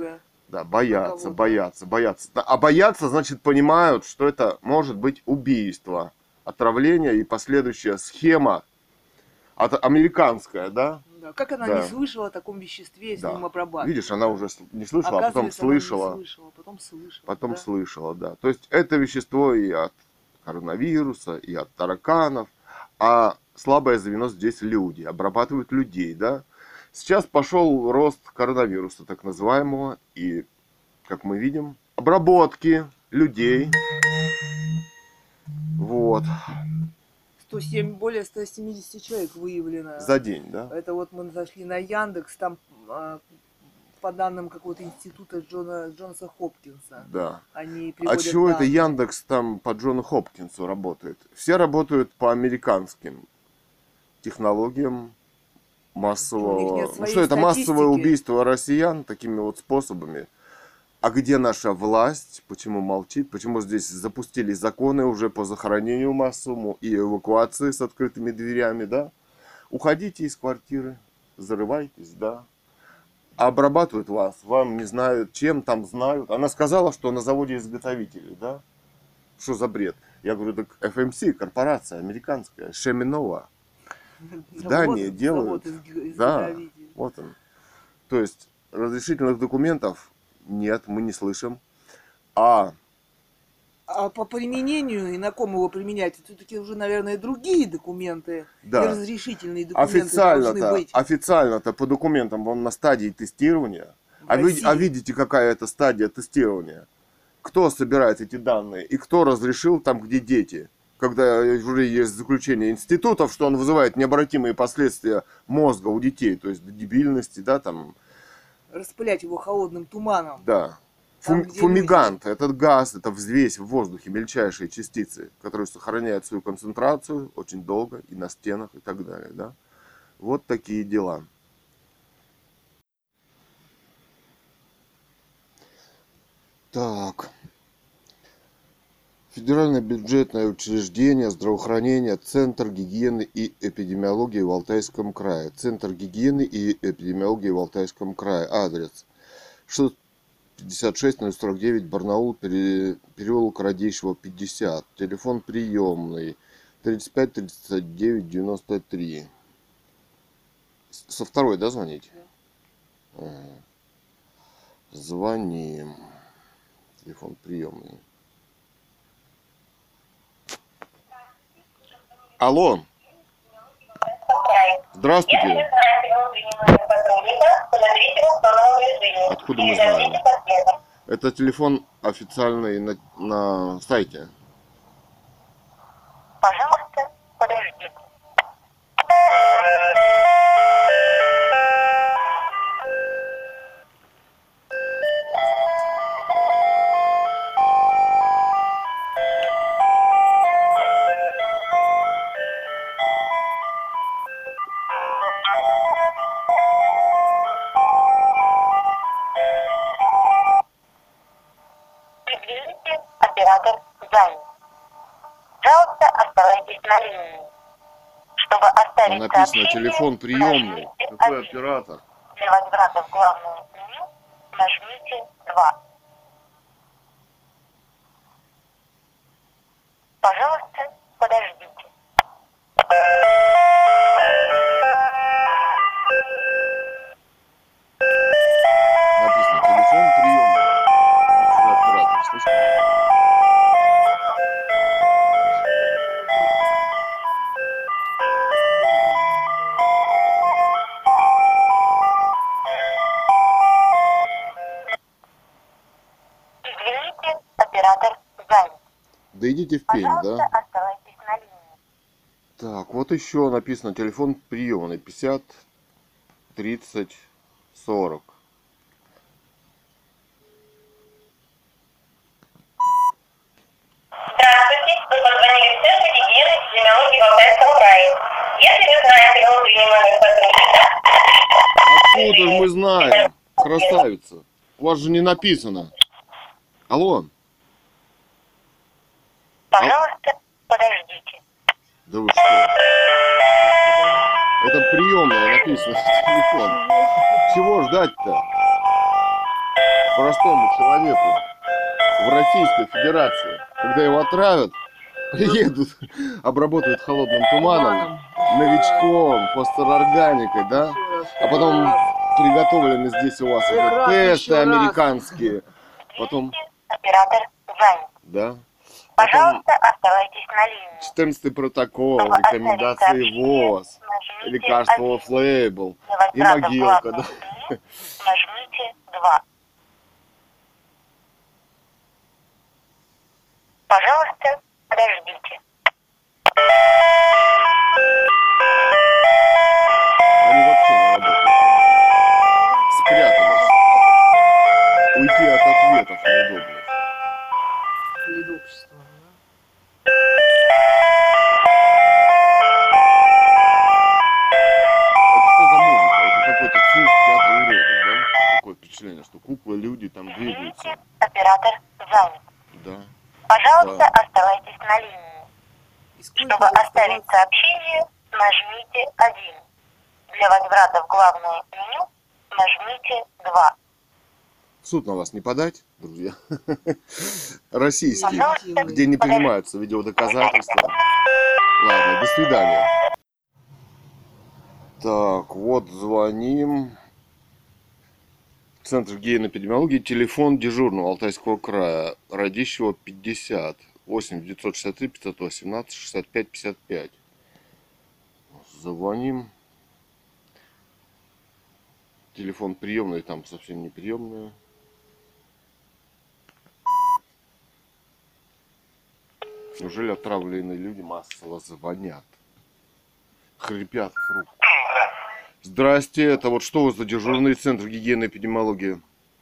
Да, боятся, кого-то. боятся, боятся. Да, а боятся, значит, понимают, что это может быть убийство, отравление и последующая схема от, американская, да? Да. Как она Да. не слышала о таком веществе, с Да. ним обрабатывают? Видишь, она да. уже с- не слышала, а потом Оказывается, она не слышала, слышала, потом слышала. потом да. слышала, да. То есть это вещество и от коронавируса, и от тараканов, а слабое звено здесь люди, обрабатывают людей, да. Сейчас пошел рост коронавируса, так называемого, и, как мы видим, обработки людей. Вот. сто семь, более ста семидесяти человек выявлено. За день, да? Это вот мы зашли на Яндекс, там а, по данным какого-то института Джона, Джонса Хопкинса. Да. Они А приводят чего это данные. Яндекс там по Джону Хопкинсу работает? Все работают по американским технологиям У массового... них нет Ну своей что это, массовое статистики. убийство россиян такими вот способами. А где наша власть? Почему молчит? Почему здесь запустили законы уже по захоронению массовому и эвакуации с открытыми дверями, да? Уходите из квартиры, зарывайтесь, да? А обрабатывают вас, вам не знают, чем там знают. Она сказала, что на заводе изготовителей, да? Что за бред? Я говорю, так эф эм си, корпорация американская, Шеминова. В Дании Завод- делают. завод изг- Да, изготовитель. вот он. То есть разрешительных документов нет, мы не слышим. А А по применению и на ком его применять, все-таки уже, наверное, другие документы и да, разрешительные документы должны официально-то, быть. официально-то по документам он на стадии тестирования. В А, ви- России. а видите, какая это стадия тестирования? Кто собирает эти данные и кто разрешил там, где дети? Когда уже есть заключение институтов, что он вызывает необратимые последствия мозга у детей, то есть до дебильности, да, там, Распылять его холодным туманом. да. Там, Фум- где фумигант, этот газ, это взвесь в воздухе, мельчайшие частицы, которые сохраняют свою концентрацию очень долго и на стенах и так далее, да. Вот такие дела. Так. Федеральное бюджетное учреждение здравоохранения, Центр гигиены и эпидемиологии в Алтайском крае. Центр гигиены и эпидемиологии в Алтайском крае. Адрес шестьсот пятьдесят шесть ноль сорок девять Барнаул, пере- переулок Радищева, пятьдесят. Телефон приемный тридцать пять тридцать девять девяносто три. С- Со второй, да, звонить? Ага. Звоним. Телефон приемный. Алло. Здравствуйте. Откуда мы знаем? Это телефон официальный на, на сайте. Пожалуйста, подождите. Извините, оператор занят. Пожалуйста, оставайтесь на линии. Чтобы оставить Написано сообщение, телефон приемный. нажмите Какой один. оператор? Для возврата в главное меню нажмите два. Пожалуйста, подождите. Написано телефон приемный. Какой оператор, слышите? Извините, оператор занят. Да идите в пень, Пожалуйста, да? оставайтесь на линии. Так, вот еще написано телефон приемный пятьдесят тридцать сорок. Здравствуйте, вы позвонили в Центр гигиены и эпидемиологии в Алтайском крае. Если вы знаете внутренний номер сотрудника, Откуда ж мы знаем, красавица? У вас же не написано. Алло, пожалуйста, подождите. да вы что? Это приемная написано, телефон. Чего ждать-то? простому человеку в Российской Федерации, когда его отравят, приедут, обработают холодным туманом, новичком, фосфорорганикой, да? А потом приготовлены здесь у вас уже тесты американские. Потом... Оператор занят. Да. Пожалуйста, оставайтесь на линии. четырнадцатый протокол, Чтобы рекомендации оставить ВОЗ, нажмите лекарство один. Флейбл Для и возврата в могилка, главное да? меню нажмите два. Пожалуйста, подождите. Они вообще не работают. Спрятались. Уйти от ответов неудобно. Перед обществом, да? Это что за музыка? Это какой-то цирк, театр уродов, да? Такое впечатление, что куклы, люди там двигаются. Извините, оператор занят. Да. Пожалуйста, Да. оставайтесь на линии. И сколько Чтобы оставаться? оставить сообщение, нажмите один. Для возврата в главное меню нажмите два. В суд на вас не подать, друзья? Российский, Пожалуйста, где не принимаются видеодоказательства. Ладно, до свидания. Так, вот звоним. Центр гигиены-эпидемиологии. Телефон дежурного Алтайского края. Радищева пятьдесят. восемь девятьсот шестьдесят три пятьсот восемнадцать шестьдесят пять пятьдесят пять. Звоним. Телефон приемный, там совсем не приемная. Неужели отравленные люди массово звонят? Хрипят в руку. Здрасте, это вот что у вас за дежурный центр гигиены и эпидемиологии?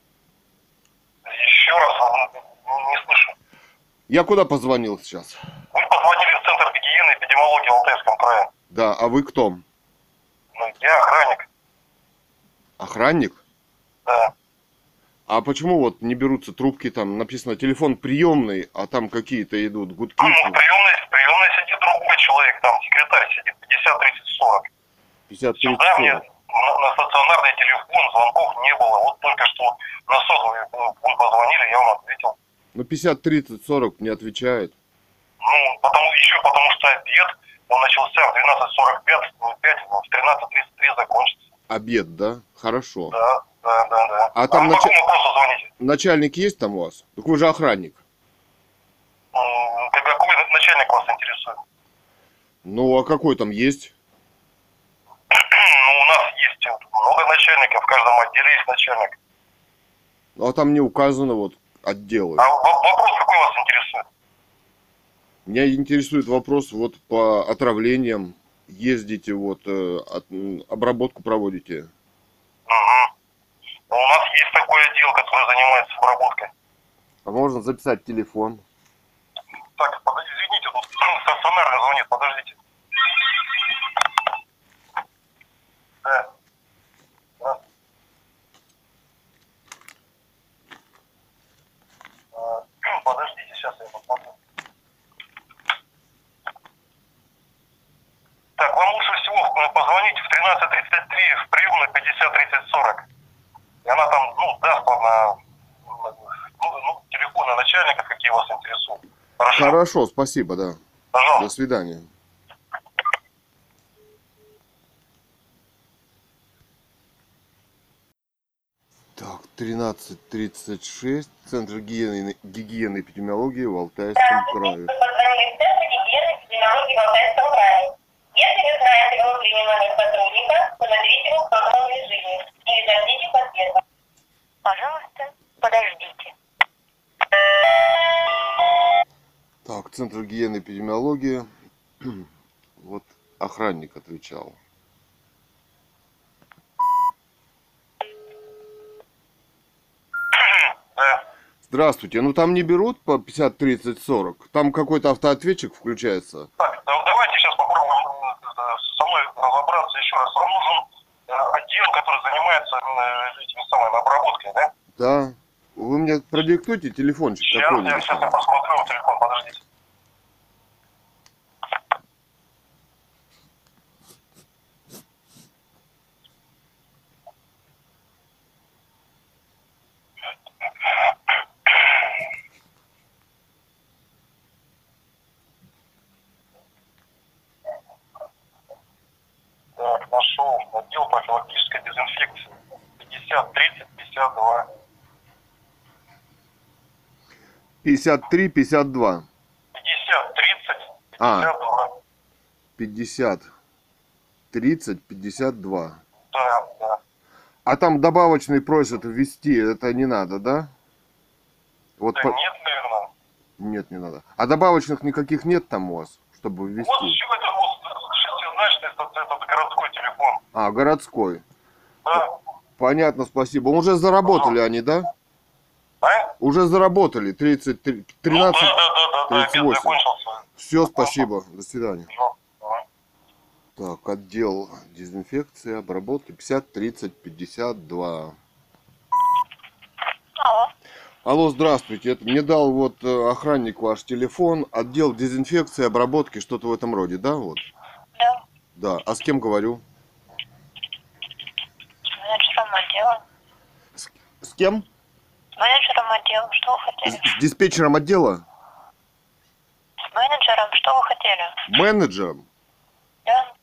Еще раз, не, не слышу. Я куда позвонил сейчас? Вы позвонили в Центр гигиены и эпидемиологии в Алтайском крае. Да, а вы кто? Ну, я охранник. Охранник? Да. А почему вот не берутся трубки, там написано телефон приемный, а там какие-то идут гудки? Ну, в приемной, в приемной сидит другой человек, там секретарь сидит, пятьдесят тридцать сорок. пятьдесят тридцать Сюда мне сорок. на, на стационарный телефон звонков не было. Вот только что на сотовый вы позвонили, я вам ответил. Ну пятьдесят тридцать сорок не отвечает. Ну, потому, еще потому что обед, он начался в двенадцать сорок пять, в тринадцать тридцать три закончится. Обед, да? Хорошо. Да, да, да, да. А там а нач... по какому вопросу звоните? начальник есть там у вас? Так вы же охранник. М, как- Какой начальник вас интересует? Ну а какой там есть? Ну, у нас есть много начальников, в каждом отделе есть начальник. Ну а там не указано вот отделы. А в- вопрос какой вас интересует? Меня интересует вопрос вот по отравлениям. Ездите, вот э, от- м, обработку проводите. Угу. У нас есть такой отдел, который занимается обработкой. А можно записать телефон? Так, под- извините, тут стационарный звонит, подождите. Да. Здравствуйте. А, Подождите, сейчас я посмотрю. Так, вам лучше всего ну, позвонить в тринадцать тридцать три в приемную пятьдесят тридцать сорок. И она там, ну, даст вам на, ну, ну, телефоны начальников, какие вас интересуют. Хорошо? Хорошо, спасибо, да. Пожалуйста. До свидания. Так, тринадцать тридцать шесть. Центр гигиены, гигиены и эпидемиологии в Алтайском крае. Позвонили в Центр гигиены и эпидемиологии в Алтайском крае. Если вы знаете внутренний номер сотрудника, то наберите его в сотовом режиме или дождитесь ответа. Пожалуйста, подождите. Так, Центр гигиены и эпидемиологии. Вот охранник отвечал. Да. Здравствуйте, ну там не берут по пятьдесят тридцать сорок? Там какой-то автоответчик включается? Так, да- давайте сейчас попробуем э, со мной разобраться еще раз. Вам нужен э, отдел, который занимается э, этими самыми обработкой, да? Да. Вы мне продиктуйте телефончик Сейчас, я, какой-нибудь. сейчас я посмотрю на телефон, подождите. пятьдесят три пятьдесят два. пятьдесят тридцать А. пятьдесят два. пятьдесят тридцать пятьдесят два. Да, да. А там добавочный просят ввести, это не надо, да? Вот Да по- нет, наверное. Нет, не надо. А добавочных никаких нет там у вас, чтобы ввести? Вот еще это вот шестизначный, это, это городской телефон. А, городской. Да. Понятно, спасибо. Уже заработали они, да? А? Уже заработали. тридцать, Ну, тринадцать. да, да, да, да, да, обед тридцать восемь. закончился. Все, спасибо. До свидания. Ну, давай. Так, отдел дезинфекции, обработки пятьдесят тридцать пятьдесят два. Алло. Алло, здравствуйте. Это мне дал вот э, охранник ваш телефон, отдел дезинфекции, обработки, что-то в этом роде, да? Вот. Да. Да. А с кем говорю? С менеджером отдела. С, с кем? С менеджером отдела. Что вы С, хотели? с диспетчером отдела? С менеджером. Что вы хотели? Менеджером? Да.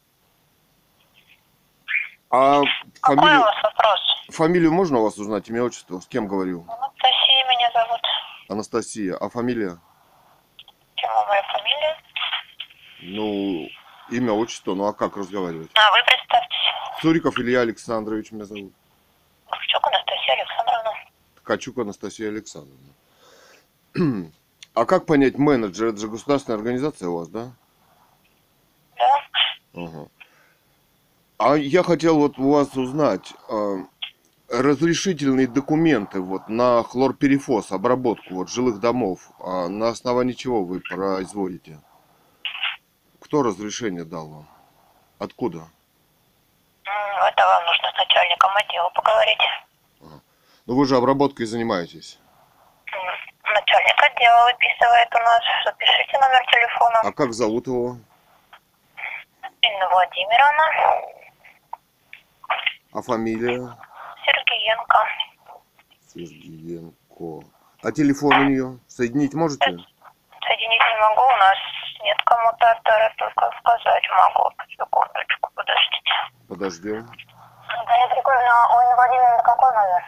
А Какой у фамилию, вас вопрос? фамилию можно у вас узнать, имя, отчество? С кем говорю? Анастасия меня зовут. Анастасия. А фамилия? Чему моя фамилия? Ну, имя, отчество. Ну, а как разговаривать? А, вы представьтесь. Цуриков Илья Александрович меня зовут. Кравчук Анастасия Александровна. Ткачук Анастасия Александровна. А как понять менеджер? Это же государственная организация у вас, да? Да. Ага. А я хотел вот у вас узнать а, разрешительные документы вот на хлорперифос, обработку вот жилых домов. А на основании чего вы производите? Кто разрешение дал вам? Откуда? М, Это вам нужно с начальником отдела поговорить. Ну вы же обработкой занимаетесь. М, Начальник отдела выписывает у нас. Запишите номер телефона. А как зовут его? Инна Владимировна. А фамилия? Сергеенко. Сергеенко. А телефон у нее? Соединить можете? Соединить не могу, у нас нет коммутатора, только сказать могу. Секундочку, подождите. Подождем. Наталья Григорьевна, у Инны Владимировны какой номер?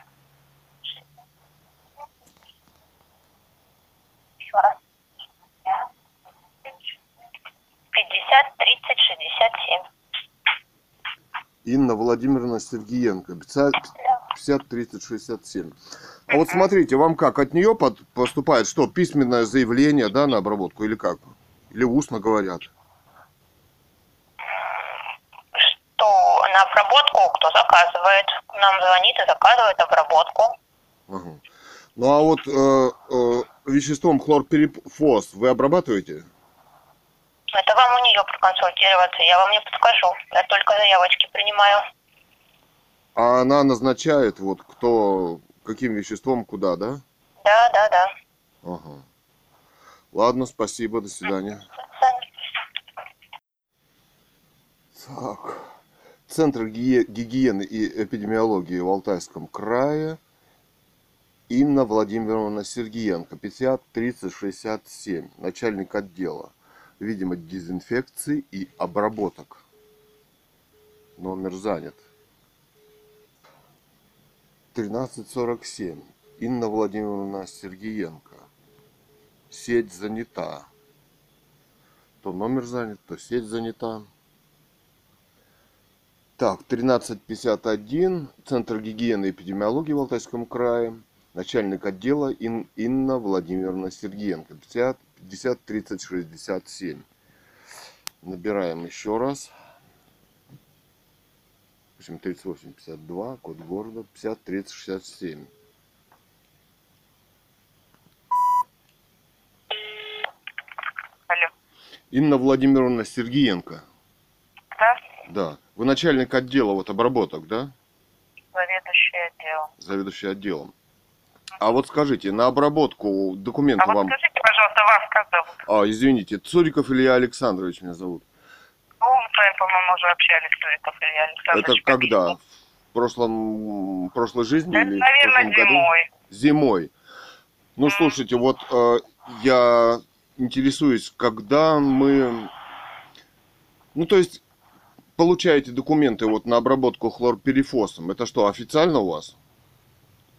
Еще раз. пятьдесят тридцать шестьдесят семь. Инна Владимировна Сергеенко. Да. пятьдесят тридцать шестьдесят семь. А вот смотрите, вам как, от нее под, поступает что, письменное заявление, да, на обработку или как? Или устно говорят? Что на обработку кто заказывает? Нам звонит и заказывает обработку. Ага. Ну а вот э, э, веществом хлорперифос вы обрабатываете? Это вам у нее проконсультироваться, я вам не подскажу. Я только заявочки принимаю. А она назначает, вот кто, каким веществом, куда, да? Да, да, да. Ага. Ладно, спасибо, до свидания. Так. Центр ги- гигиены и эпидемиологии в Алтайском крае. Инна Владимировна Сергеенко, пятьдесят тридцать шестьдесят семь, начальник отдела, видимо, дезинфекции и обработок. Номер занят. тринадцать сорок семь. Инна Владимировна Сергеенко. Сеть занята. То номер занят, то сеть занята. Так, тринадцать пятьдесят один. Центр гигиены и эпидемиологии в Алтайском крае. Начальник отдела Ин, Инна Владимировна Сергеенко. пятьдесят тридцать шестьдесят семь. Набираем еще раз. тридцать восемь пятьдесят два, код города, пятьдесят тридцать шестьдесят семь. Алло. Инна Владимировна Сергеенко. Да? Да. Вы начальник отдела вот обработок, да? Заведующий отделом. Заведующий отделом. А вот скажите, на обработку документы А вот вам... скажите, пожалуйста, вас как зовут? А, извините, Цуриков Илья Александрович меня зовут. Ну, мы с вами, по-моему, уже общались, Цуриков Илья Александрович. Это когда? В прошлом, в прошлой жизни Это, или в наверное, прошлом году? зимой. Зимой. Ну, слушайте, вот э, я интересуюсь, когда мы... Ну, то есть, получаете документы вот на обработку хлорперифосом. Это что, официально у вас?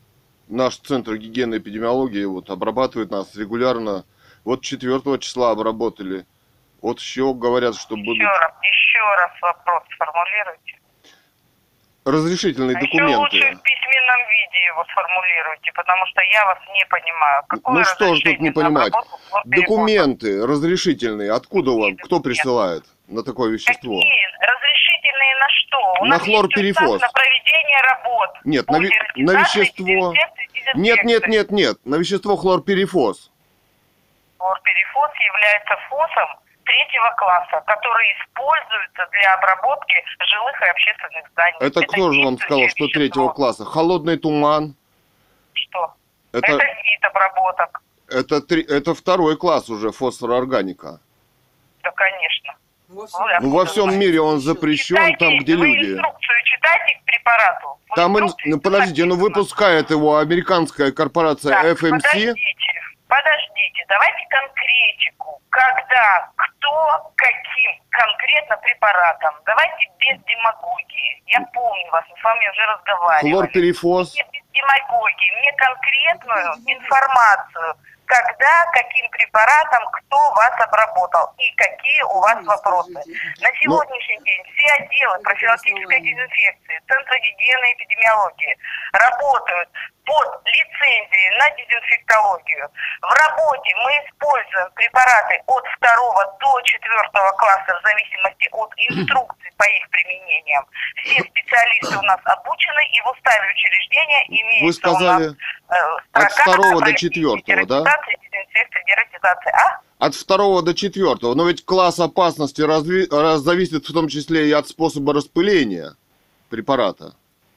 Наш центр гигиены и эпидемиологии вот обрабатывает нас регулярно. Вот четвёртого числа обработали. Вот еще говорят, что будут Еще раз, еще раз вопрос сформулируйте. разрешительные А еще лучше документы. в письменном виде его сформулируйте, потому что я вас не понимаю. Какое Ну что ж тут не разрешение на понимать? обработку хлорперифоса? Документы разрешительные. Откуда Какие вам? Кто документы? присылает на такое вещество? Какие? Разрешительные на что? У На нас есть хлорперифоз. устав на проведение работ. Нет, по на, ви- на стерилизации, вещество... дезинфекции, Нет, нет, дезинфекции. нет, нет. На вещество хлорперифоз. Хлорперифоз является фосом третьего класса, который используется для обработки жилых и общественных зданий. Это кто же вам сказал, что действующее третьего вещество. класса? Холодный туман. Что? Это, Это вид обработок. это, три- это второй класс уже фосфороорганика. Да, конечно. Во Ну, во всем мире он запрещен Читайте, там, где вы люди. инструкцию читайте к препарату. В Там, ин- инструкции ну, подождите, ну написано. выпускает его американская корпорация Так, эф эм си. Подождите, подождите, давайте конкретику. Когда, кто, каким конкретно препаратом. Давайте без демагогии. Я помню вас, мы с вами уже разговаривали. Хлорперифоз. Не без демагогии, мне конкретную информацию. Когда, каким препаратом, кто вас обработал и какие у вас вопросы. На сегодняшний день все отделы профилактической дезинфекции, Центра гигиены и эпидемиологии работают под лицензией на дезинфектологию. В работе мы используем препараты от второго до четвертого класса в зависимости от инструкций по их применениям. Все специалисты у нас обучены, и в уставе учреждения имеется Вы сказали, у нас э, от строка второго до проведения четвертого, да? дератизации, дезинфекции, дератизации. А? От второго до четвертого. Но ведь класс опасности разви- раз- зависит в том числе и от способа распыления препарата.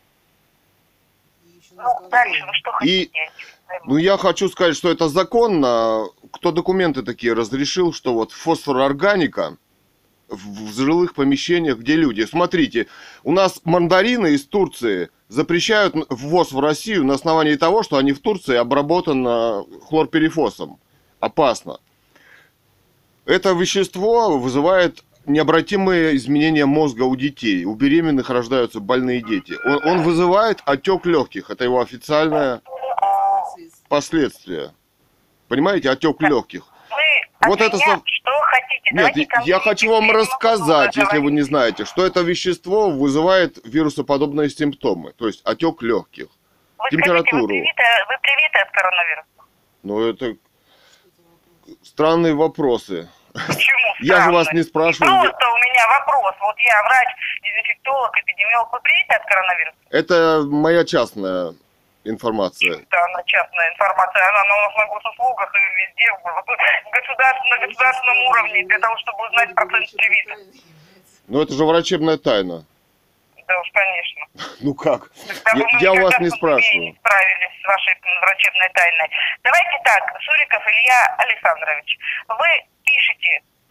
Ну, дальше вы что И- хотите? Ну, я хочу сказать, что это законно. Кто документы такие разрешил, что вот фосфороорганика в в жилых помещениях, где люди. Смотрите, у нас мандарины из Турции запрещают ввоз в Россию на основании того, что они в Турции обработаны хлорперифосом. Опасно. Это вещество вызывает необратимые изменения мозга у детей. У беременных рождаются больные дети. Он, он вызывает отек легких. Это его официальное последствие. Понимаете, отек легких. Вы Вот от это меня со- что хотите? Нет, Давайте я конкретно. хочу вам Я не могу рассказать, если вы говорить. не знаете, что это вещество вызывает вирусоподобные симптомы, то есть отек легких, Вы температуру. Скажите, вы, привиты, вы привиты от коронавируса? Ну, это странные вопросы. Почему? Я же вас странно? не спрашиваю. Просто у меня вопрос. Вот я врач, дезинфектолог, эпидемиолог. Вы привиты от коронавируса? Это моя частная информация. Это она частная информация. Она на у нас на госуслугах и везде, в государственном, на государственном уровне, для того, чтобы узнать процент привитых. Но это же врачебная тайна. Да уж, конечно. Ну как? Тогда бы Я, мы я у никогда вас с не пандемией спрашиваю. не справились с вашей врачебной тайной. Давайте так, Суриков Илья Александрович, вы пишете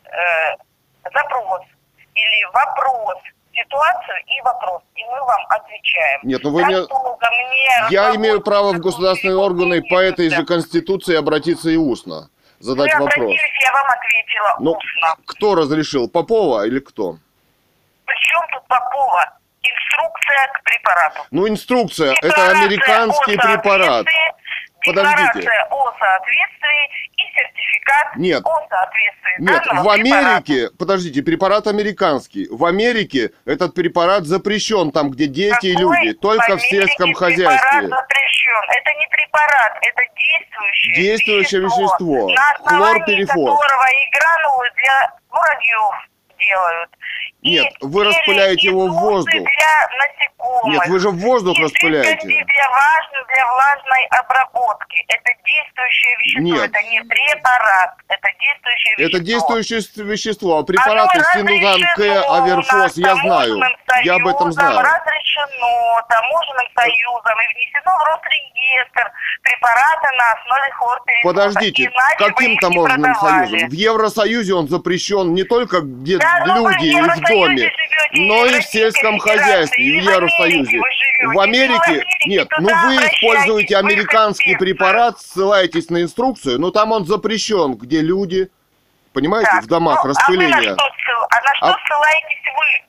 э, запрос или вопрос, ситуацию и вопрос, и мы вам отвечаем. Нет, ну вы Как мне... долго мне Я разработать имею право в такую государственные органы по этой же Да. конституции обратиться и устно. Задать Вы вопрос. обратились, я вам ответила Ну, устно. кто разрешил? Попова или кто? Причем тут Попова? Инструкция к препарату. Ну, инструкция. Это Декларация американский о препарат. соответствии, Подождите. Декларация о соответствии и сертификат Нет. о соответствии Нет, данного в препарата. Америке, подождите, препарат американский. В Америке этот препарат запрещен там, где дети и Какой люди, только в Америке сельском препарат хозяйстве. запрещен? Это не препарат, это действующее, Действующее вещество. на основании Хлорперифос. которого и гранулы для муравьев делают. Нет, И вы распыляете его в инструкции воздух. для насекомых. Нет, вы же в воздух И распыляете. жидкости для влажной, для влажной обработки. Это действующее вещество, Нет. это не препарат, это действующее вещество. Это действующее с- вещество, а препараты Оно Синузан К, разрешено Аверфос, у нас я знаю. таможенным Я об этом союзом, знаю. Разрешено таможенным союзом и внесено в Росреестр препараты на основе хлорперифоса. Подождите, Иначе вы каким их не таможенным продавали. союзом? В Евросоюзе он запрещен не только где Да, ну вы люди в и в Евросоюзе доме, живете, но или и в в сельском Российской хозяйстве, и в Федерации, или в Евросоюзе. Америке вы живете. В Если вы в Америке, Америке, нет, туда ну вы обращайтесь, используете вы американский инспекция. препарат, ссылаетесь на инструкцию, но там он запрещен, где люди, понимаете, Так, в домах ну, распыления. А, вы на что, ссыл- а на что А- ссылаетесь вы?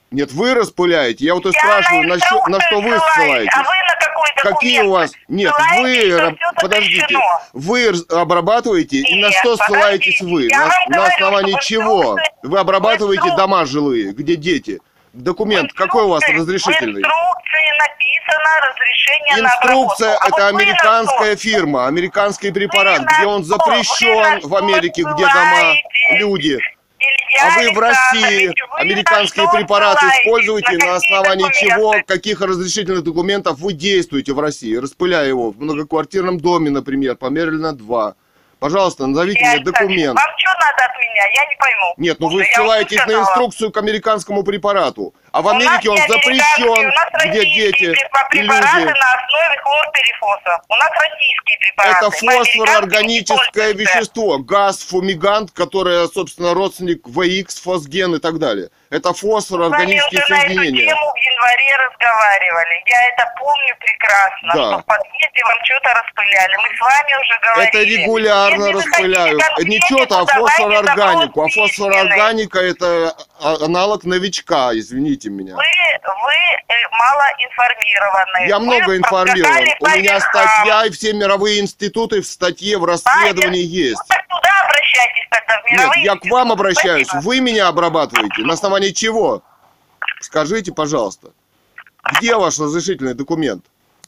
Нет, вы распыляете. Я вот и Я спрашиваю, на что, на что вы инструкцию ссылаетесь. А вы на какой документ? Какие у вас... Нет, вы... Ссылаетесь, что всё Подождите. запрещено. Вы обрабатываете, и на Нет, что подождите. ссылаетесь вы? Я На, вам на говорю, основании что в чего? инструкции- Вы обрабатываете в инстру- дома жилые, где дети. Документ какой у вас В разрешительный? инструкции написано разрешение на Инструкция обработку. А это вот вы на американская что? фирма, американский препарат, Вы на где он что? Вы запрещен на в что Америке, где дома, ссылаетесь? люди. Илья А вы в России Александрович, вы американские на что препараты ссылаетесь? используете, На на какие основании чего, документы? каких разрешительных документов вы действуете в России, распыляя его в многоквартирном доме, например, померили на два. Пожалуйста, назовите Илья мне Александрович, документ. вам что надо от меня? Я не пойму. Нет, ну вы Уже я вам ссылаетесь на сказала. инструкцию к американскому препарату. А в У нас Америке он не американские, запрещен, у нас где российские дети препа- и препараты люди. на основе хлорперифоса. У нас российские препараты. Это Мы американскими фосфороорганическое не пользуемся. вещество, газ, фумигант, которое, собственно, родственник вэ икс, фосген и так далее. Это Мы с вами фосфороорганические уже на эту соединения. тему в январе разговаривали. Я это помню прекрасно, Да. что в подъезде вам что-то распыляли. Мы с вами уже говорили. Это регулярно Если вы распыляют. хотите Не конкретику, что-то, а давайте фосфороорганику. А запрос письменный. фосфороорганика это а- аналог новичка, извините меня. Вы, вы э, мало информированы. Я Вы много информирован. поскакали У по меня верхам. статья и все мировые институты в статье, в расследовании есть. Ну, так туда обращайтесь тогда, в Нет, мировые я к вам институты. обращаюсь. Спасибо. Вы меня обрабатываете. На основании чего? Скажите, пожалуйста. Где ваш разрешительный документ?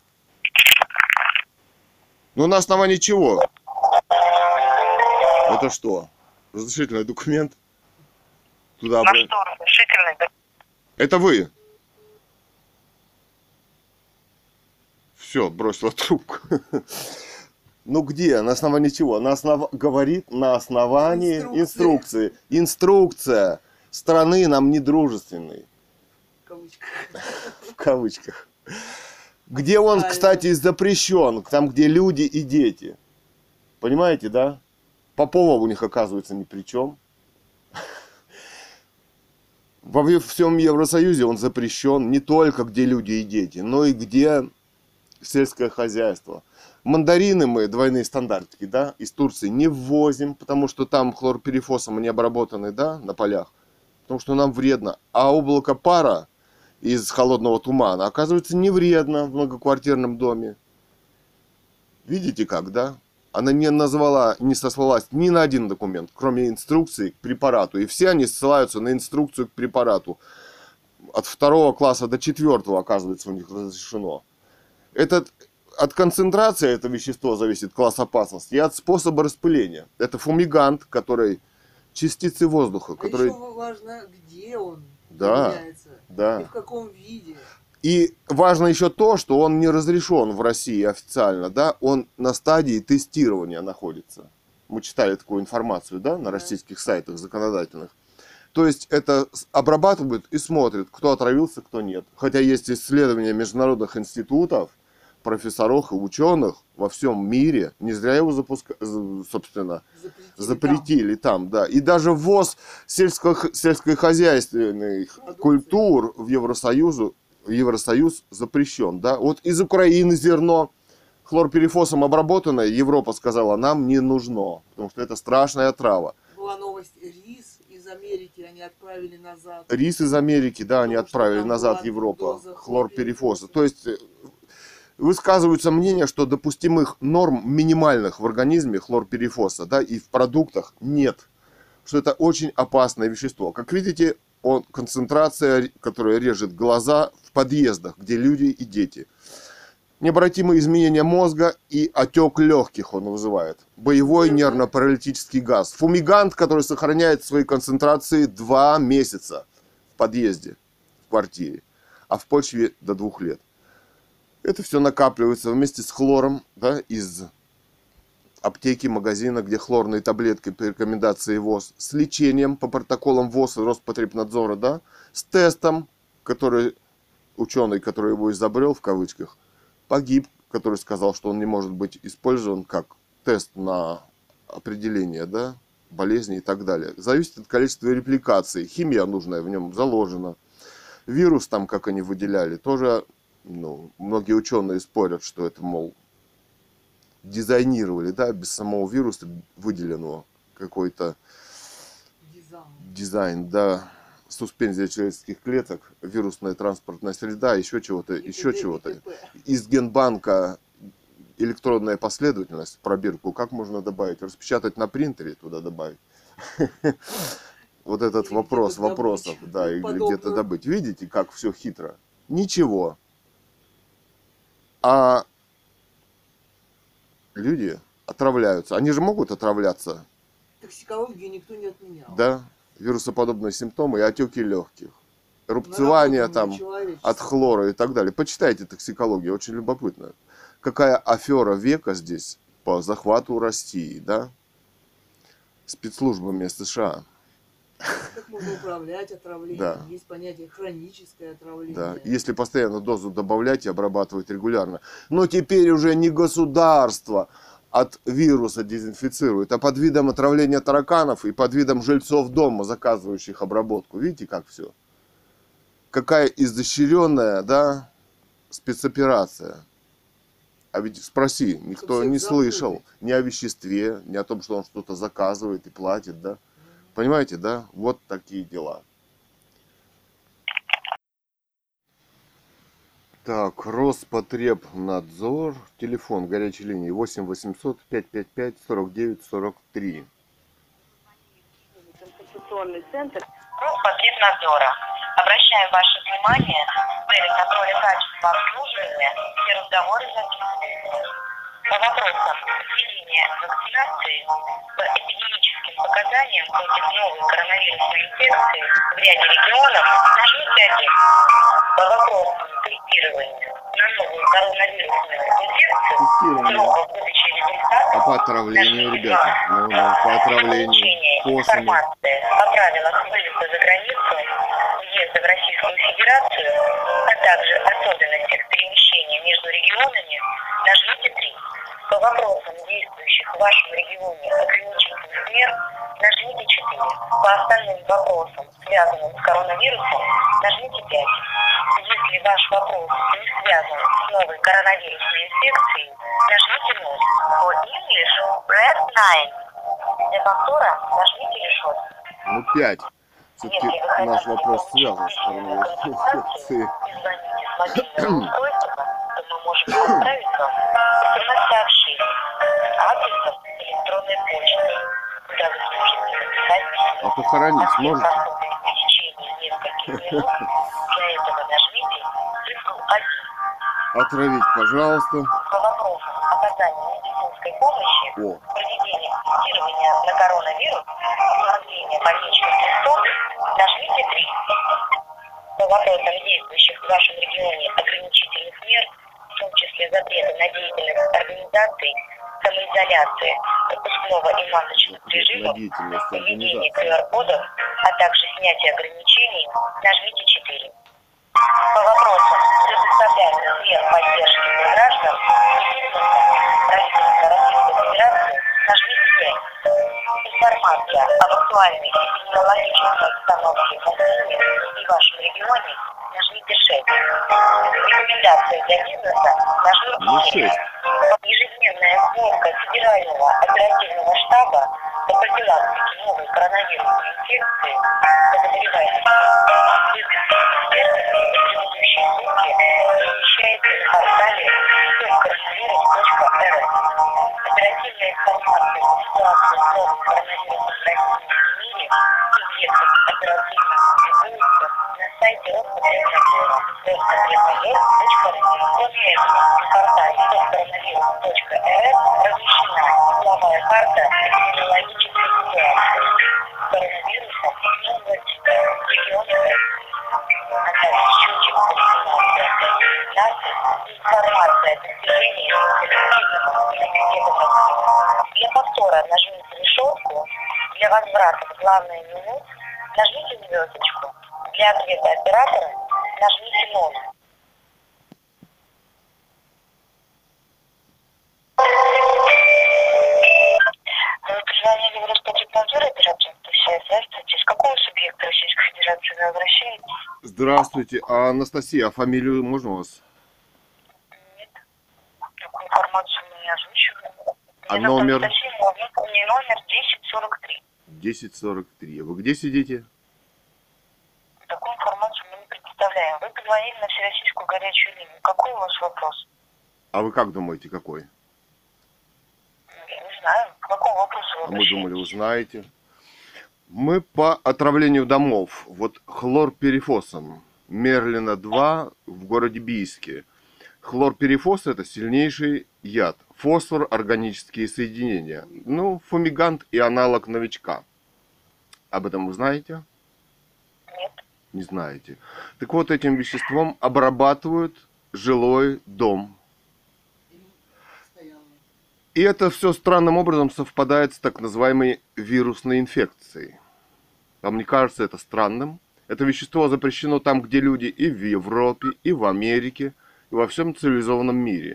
Ну, на основании чего? Это что? Разрешительный документ? Туда На обра- что разрешительный документ? Это вы. Все, бросила трубку. Ну где? На основании чего? На основ... Говорит на основании Инструкции. инструкции. Инструкция страны нам недружественной. В кавычках. В кавычках. Где он, кстати, запрещен. Там, где люди и дети. Понимаете, да? Попова у них, оказывается, ни при чем. Во всем Евросоюзе он запрещен не только где люди и дети, но и где сельское хозяйство. Мандарины мы, двойные стандартики, да, из Турции не ввозим, потому что там хлорперифосом они обработаны, да, на полях. Потому что нам вредно. А облако пара из холодного тумана, оказывается, не вредно в многоквартирном доме. Видите как, да? Она не назвала, не сослалась ни на один документ, кроме инструкции к препарату. И все они ссылаются на инструкцию к препарату. От второго класса до четвертого, оказывается, у них разрешено. Этот, от концентрации это вещество зависит класс опасности и от способа распыления. Это фумигант, который частицы воздуха, А который... еще важно, где он Да, применяется да. и в каком виде. И важно еще то, что он не разрешен в России официально, да, он на стадии тестирования находится. Мы читали такую информацию, да, на российских сайтах законодательных. То есть это обрабатывают и смотрят, кто отравился, кто нет. Хотя есть исследования международных институтов, профессоров и ученых во всем мире. Не зря его запуска... собственно, Запретили, запретили там, да. И даже ввоз сельско... сельскохозяйственных Продукции. культур в Евросоюзу, в Евросоюз запрещен, да. Вот из Украины зерно хлорперифосом обработанное, Европа сказала, нам не нужно, потому что это страшная трава. там. Была новость, рис из Америки они отправили назад. Рис из Америки, да, они Потому что отправили там назад была в Европу доза хлорперифоса. хлорперифоса. То есть э, высказываются мнения, что допустимых норм минимальных в организме хлорперифоса, да, и в продуктах нет. Что это очень опасное вещество. Как видите, он, концентрация, которая режет глаза в подъездах, где люди и дети. Необратимые изменения мозга и отек легких он вызывает. Боевой нервно-паралитический газ. Фумигант, который сохраняет свои концентрации два месяца в подъезде, в квартире, а в почве до двух лет. Это все накапливается вместе с хлором, да, из аптеки, магазина, где хлорные таблетки по рекомендации ВОЗ, с лечением по протоколам ВОЗ и Роспотребнадзора, да, с тестом, который ученый, который его изобрел, в кавычках, погиб, который сказал, что он не может быть использован как тест на определение, да, болезни и так далее. Зависит от количества репликаций. Химия нужная в нем заложена. Вирус там, как они выделяли, тоже, ну, многие ученые спорят, что это, мол, дизайнировали, да, без самого вируса выделенного какой-то Дизайн. дизайн, да. суспензия человеческих клеток, вирусная транспортная среда, еще чего-то, еще чего-то. Из генбанка электронная последовательность, пробирку, как можно добавить? Распечатать на принтере, туда добавить? Вот этот вопрос вопросов, да, или где-то добыть. Видите, как все хитро? Ничего. А люди отравляются. Они же могут отравляться. Токсикологию никто не отменял. Да, вирусоподобные симптомы и отеки легких. Рубцевание там от хлора и так далее. Почитайте токсикологию, очень любопытно. Какая афера века здесь по захвату России, да? Спецслужбами США. Как можно управлять отравлением? Да. Есть понятие хроническое отравление. Да. Если постоянно дозу добавлять и обрабатывать регулярно. Но теперь уже не государство от вируса дезинфицирует, а под видом отравления тараканов и под видом жильцов дома, заказывающих обработку. Видите, как все? Какая изощренная, да, спецоперация. А ведь спроси, никто не слышал ни о веществе, ни о том, что он что-то заказывает и платит, да? Понимаете, да? Вот такие дела. Так, Роспотребнадзор, телефон горячей линии восемь восемьсот пятьсот пятьдесят пять сорок девять сорок три. Консультационный центр Роспотребнадзора. Обращаем ваше внимание, в целях контроля качества обслуживания все разговоры записываются. По вопросам введения вакцинации по эпидемическим показаниям против новой коронавирусной инфекции в ряде регионов нажмите один. По вопросам тестирования на новую коронавирусную инфекцию сроков выдачи результатов, А по отравлению, ребята? Ну, ну, по отравлению. Информация о правилах выезда за границу, въезда в Российскую Федерацию, а также особенностях перемещения между регионами, нажмите три. По вопросам действующих в вашем регионе ограничительных мер, нажмите четыре. По остальным вопросам, связанным с коронавирусом, нажмите пять. Если ваш вопрос не связан с новой коронавирусной инфекцией, нажмите ноль. For English, press nine. Для повтора нажмите решетку. Ну, пять. Все-таки наш вопрос связан с коронавирусной инфекцией. Звоните с мобильного устройства, то мы можем отправить вам смс-сообщение адресом электронной почты, куда вы сможете написать письмо. А похоронить можете? В течение нескольких минут для этого нажмите цифру один. Отравить, пожалуйста. По вопросам оказания медицинской помощи, О. проведения тестирования на коронавирус, установления больничных листов, нажмите три. По вопросам действующих в вашем регионе ограничительных мер, в том числе запрета на деятельность организаций, самоизоляции, пропускного и масочных режимов, введение ку ар кодов, а также снятие ограничений, нажмите четыре. По вопросам предоставляемых мер поддержки для граждан и бизнеса правительства Российской Федерации, нажмите пять. Информация об актуальной эпидемиологической обстановке в России и вашем регионе, нажмите шесть. Рекомендации для бизнеса, нажмите семь. Ежедневная сборка Федерального оперативного штаба по профилактике новой коронавирусной инфекции по заболеваемости предыдущие сутки размещается на портале стоп коронавирус точка эр эф. Оперативная информация о ситуации с новым коронавирусом в России и мире субъектов оперативно публикуется на сайте Роспотребнадзора роспотребнадзор точка ру. Кроме этого, на портале стоп коронавирус точка эр эф размещена угловая карта эпидемиологической ситуации с коронавирусом нового типа в регионах России. А также счетчик вакцинации, вакцинации, информация о достижении коллективного иммунитета вакцины. Для повтора нажмите решетку, для возврата в главное меню нажмите звездочку, для ответа оператора нажмите ноль. Вы позвонили в Роспотребнадзор, оператор связи. Здравствуйте. С какого субъекта Российской Федерации вы обращаетесь? Здравствуйте. А Анастасия, а фамилию можно у вас? Нет. Такую информацию мы не озвучиваем. А номер? Анастасия, номер десять сорок три. десять сорок три. Вы где сидите? звонили на всероссийскую горячую линию. Какой у вас вопрос? А вы как думаете, какой? Я не знаю. К какому вопросу вы А мы обращаетесь? думали, узнаете. Мы по отравлению домов. Вот хлорперифосом. Мерлина два в городе Бийске. Хлорперифос – это сильнейший яд. Фосфор – органические соединения. Ну, фумигант и аналог новичка. Об этом вы знаете? Нет. Не знаете. Так вот, этим веществом обрабатывают жилой дом. И это все странным образом совпадает с так называемой вирусной инфекцией. Вам не кажется это странным? Это вещество запрещено там, где люди и в Европе, и в Америке, и во всем цивилизованном мире.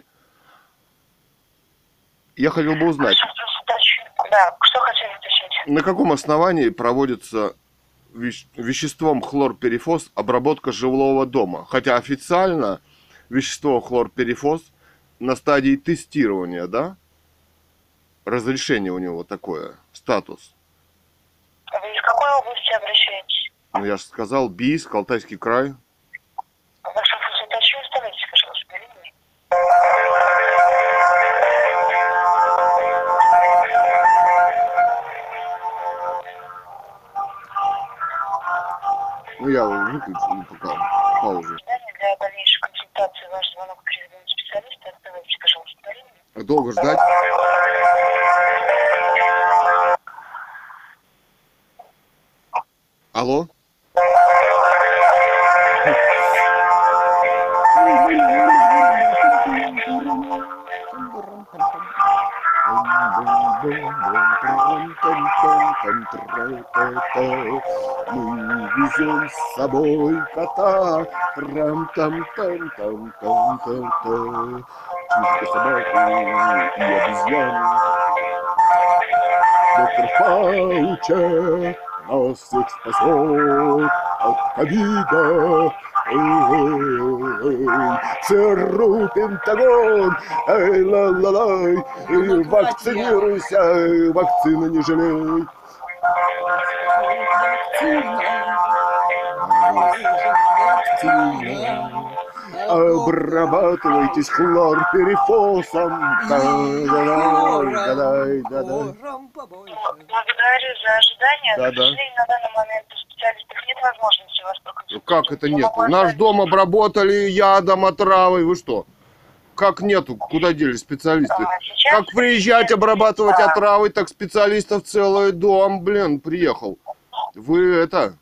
Я хотел бы узнать, Да, что хотели уточнить? на каком основании проводится веще- веществом хлорперифос обработка жилого дома? Хотя официально вещество хлорперифос на стадии тестирования, да? Разрешение у него такое, статус. Вы из какой области обращаетесь? Ну, я же сказал, Бийск, Алтайский край. Вашу фотографию оставайтесь, пожалуйста, на линии. Ну, я выключу пока паузу. Для дальнейшей консультации ваш звонок перезвонит специалиста. Оставайтесь, пожалуйста, на линии. Долго ждать? Алло? Мы везем с собой кота. Рам-там-там-там-там-там-там. Чучка собаку и обезьян. Доктор Фауче нас всех спасет от ковида. ЦРУ, Пентагон, эй, ла-ла-лай, вакцинируйся, вакцины не жалей. Обрабатывайтесь хлорперифосом. Да-да-да-да-да. Благодарю за ожидание. Да, К да. сожалению, на данный момент у специалистов нет возможности вас Ну проконсультировать. как это Я нету? могу Наш оставить- дом обработали ядом, отравой. Вы что? Как нету? Куда делись специалисты? А, сейчас Как приезжать нет, обрабатывать да. отравой, так специалистов целый дом, блин, приехал. Вы это...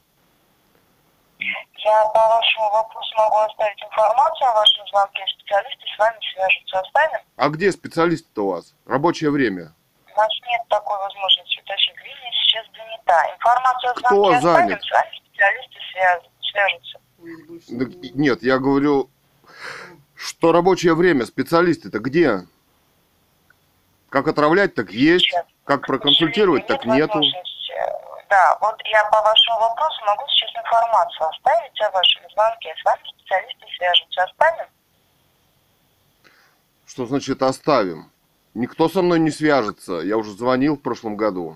Я по вашему вопросу могу оставить информацию о вашем звонке. Специалисты с вами свяжутся. Оставим? А где специалисты-то у вас? Рабочее время. У нас нет такой возможности уточнить. Линия сейчас занята. Информацию о Кто звонке оставим, занят? с вами специалисты связ- свяжутся. Да, нет, я говорю, что рабочее время, специалисты-то где? Как отравлять, так есть. Сейчас. Как проконсультировать, К так сожалению, нету. нет возможности. Да, вот я по вашему вопросу могу сейчас информацию оставить о вашем звонке. С вами специалисты свяжутся. Оставим? Что значит оставим? Никто со мной не свяжется. Я уже звонил в прошлом году.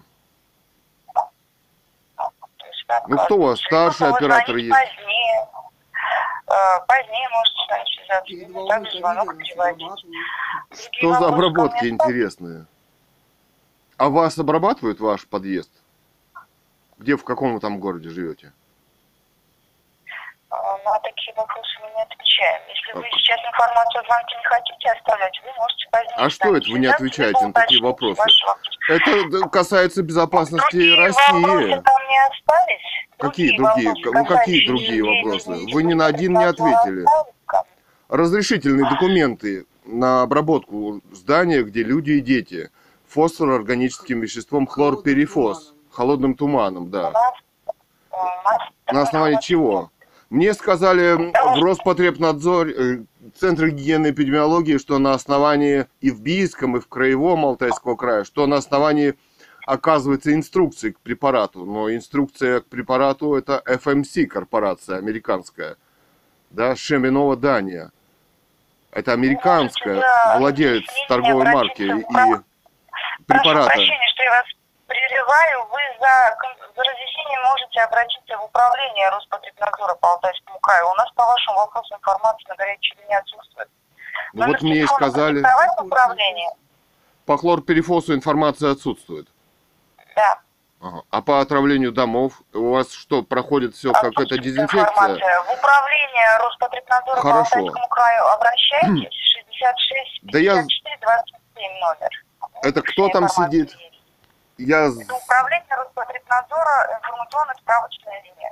То есть, как Ну, кто у вас? кажется. Старший Либо оператор позвонить есть? Позднее. Э, Позднее можете с нами связаться. Перед Либо волной также звонок ковида нас переводить. обрабатывают. Другие Что за вопросы ко обработки мне интересные? А вас обрабатывают ваш подъезд? Где, в каком вы там городе живете? оставить? На такие вопросы мы не отвечаем. Если вы Так. сейчас информацию о звонке не хотите оставлять, вы можете позднее. А с что нами это вы не связаться, отвечаете либо на такие уточнить вопросы? ваши вопросы. Это д- касается безопасности Другие России. вопросы там не остались? Какие другие? вопросы, Ну, какие касающиеся другие вопросы? деятельности Вы ни на один не информационного ответили. оставка? Разрешительные документы на обработку здания, где люди и дети. Фосфорорганическим веществом хлорперифос. Холодным туманом, У да. нас, у нас На основании чего? Мне сказали в Роспотребнадзоре, э, Центре гигиены и эпидемиологии, что на основании и в Бийском, и в Краевом Алтайского края, что на основании, оказывается, инструкции к препарату. Но инструкция к препарату – это эф эм си корпорация американская, да, Шеминова Дания. Это американская, Можете, да, владелец объяснить, торговой обратиться марки в и прав- Прошу препарата. прощения, что я вас прерываю. перебиваю. Вы за, за разъяснением можете обратиться в управление Роспотребнадзора по Алтайскому краю. У нас по вашему вопросу информация на горячей линии отсутствует. Ну вот мне и сказали, управление. по хлорперифосу информация отсутствует. Да. Ага. А по отравлению домов у вас что, проходит все как это дезинфекция? Информация. В управление Роспотребнадзора по Хорошо. Алтайскому краю обращайтесь. шестьдесят шесть пятьдесят четыре двадцать семь номер. Это кто там сидит? Есть. Я... Это управление Роспотребнадзора, информационно-справочная линия.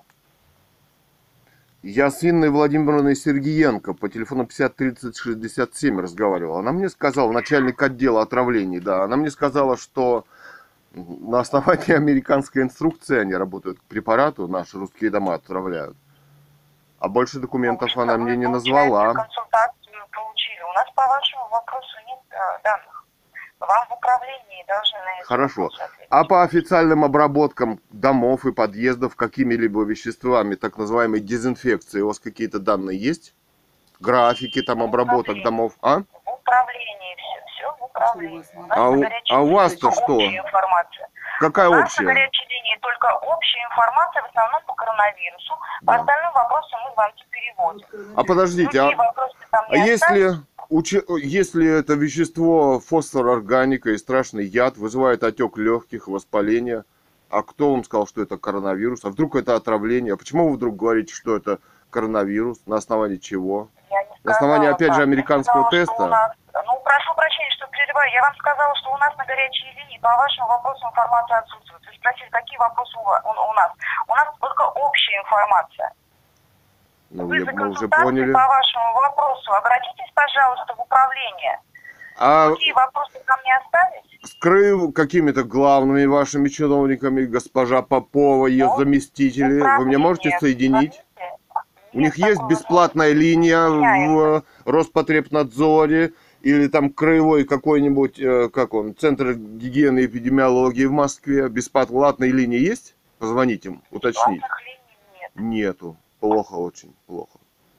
Я с Инной Владимировной Сергиенко по телефону пятьдесят тридцать шестьдесят семь разговаривал. Она мне сказала, начальник отдела отравлений, да, она мне сказала, что на основании американской инструкции они работают к препарату, наши русские дома отравляют. А больше документов Ну, она вы, мне не получается, назвала. консультацию получили. У нас по вашему вопросу нет э, данных. Вам в управлении должны на это Хорошо. вопрос ответить. А по официальным обработкам домов и подъездов какими-либо веществами, так называемой дезинфекции, у вас какие-то данные есть? Графики там обработок домов, а? В управлении все, все в управлении. У нас А на у- горячей а у линии вас-то только что? общая информация. Какая У нас на общая? горячей линии только общая информация, в основном по коронавирусу. Да. По остальным вопросам мы звонки переводим. А подождите, Другие а, вопросы там а не остались. если, учи- если это вещество фосфорорганика и страшный яд вызывает отек легких, воспаление, а кто вам сказал, что это коронавирус? А вдруг это отравление? А почему вы вдруг говорите, что это коронавирус? На основании чего? Я не На основании, сказала опять же, так. Я американского сказала, что теста? у нас- Ну, прошу прощения, что перерываю. Я вам сказала, что у нас на горячей линии по вашему вопросу информация отсутствует. Вы спросили, какие вопросы у ва- у, у нас. У нас только общая информация. Ну, Вы я- за мы уже консультацией поняли. по вашему вопросу обратитесь, пожалуйста, в управление. А Какие вопросы ко мне остались? скрыв какими-то главными вашими чиновниками, госпожа Попова, ее Ну, заместители, вы меня можете Управление. соединить? Звоните. У них Нет есть такого бесплатная линия в Роспотребнадзоре или там краевой какой-нибудь, э, как он, Центр гигиены и эпидемиологии в Москве. Бесплатной линии есть? Позвонить им, уточнить. Бесплатных линий нет. Нету. Плохо, очень плохо.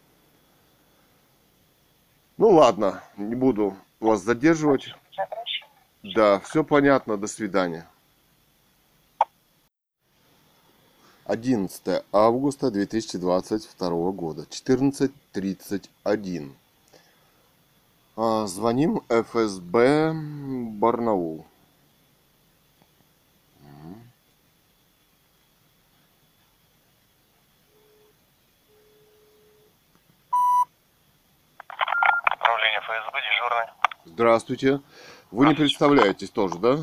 Ну ладно, не буду вас задерживать. Обращайтесь. Да, все понятно, до свидания. одиннадцатое августа две тысячи двадцать второго года, четырнадцать тридцать один. А, звоним эф эс бэ Барнаул. Управление эф эс бэ, дежурный. Здравствуйте. Вы не представляетесь тоже, да?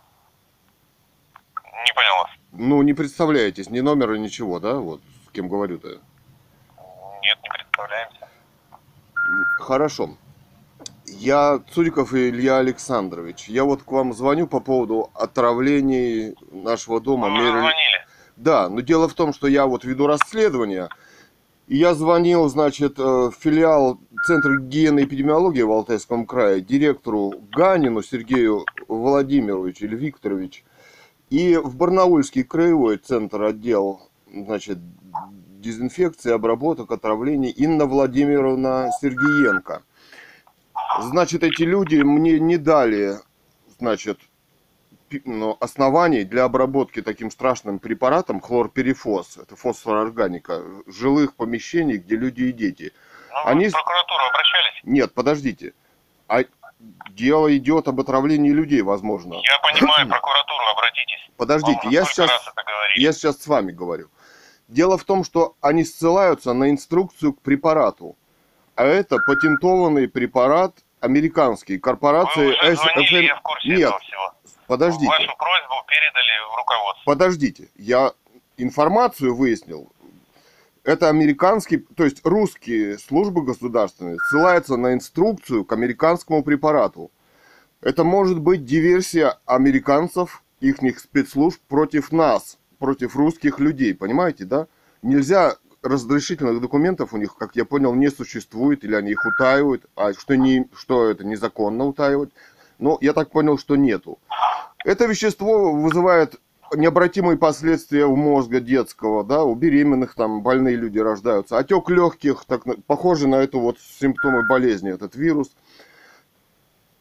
Не понял вас. Ну, не представляетесь, ни номера, ничего, да? Вот с кем говорю-то. Нет, не представляемся. Хорошо. Я Цуриков Илья Александрович. Я вот к вам звоню по поводу отравлений нашего дома. Вы уже Мер- звонили? Да, но дело в том, что я вот веду расследование. И я звонил, значит, в филиал Центра гигиены и эпидемиологии в Алтайском крае директору Ганину Сергею Владимировичу или Викторовичу. И в Барнаульский краевой центр отдел, значит, дезинфекции, обработок, отравлений Инна Владимировна Сергиенко. Значит, эти люди мне не дали, значит, пи- ну, оснований для обработки таким страшным препаратом хлорперифос, это фосфорорганика, жилых помещений, где люди и дети. Ну, вы Они... в прокуратуру обращались? Нет, подождите. А дело идет об отравлении людей, возможно. Я понимаю, в прокуратуру обратитесь. Подождите, Вам я уже сколько сейчас, раз это говорили. я сейчас с вами говорю. Дело в том, что они ссылаются на инструкцию к препарату. А это патентованный препарат американский, корпорации Вы уже эс эф звонили, эн. я в курсе Нет, этого всего. подождите, Вашу просьбу передали в руководство. подождите. Я информацию выяснил. Это американский, то есть русские службы государственные ссылаются на инструкцию к американскому препарату. Это может быть диверсия американцев, ихних спецслужб против нас, против русских людей, понимаете, да? Нельзя, разрешительных документов у них, как я понял, не существует, или они их утаивают, а что, не, что это незаконно утаивать. Но я так понял, что нету. Это вещество вызывает необратимые последствия у мозга детского, да, у беременных там больные люди рождаются. Отек легких, так, похоже на эту вот симптомы болезни, этот вирус.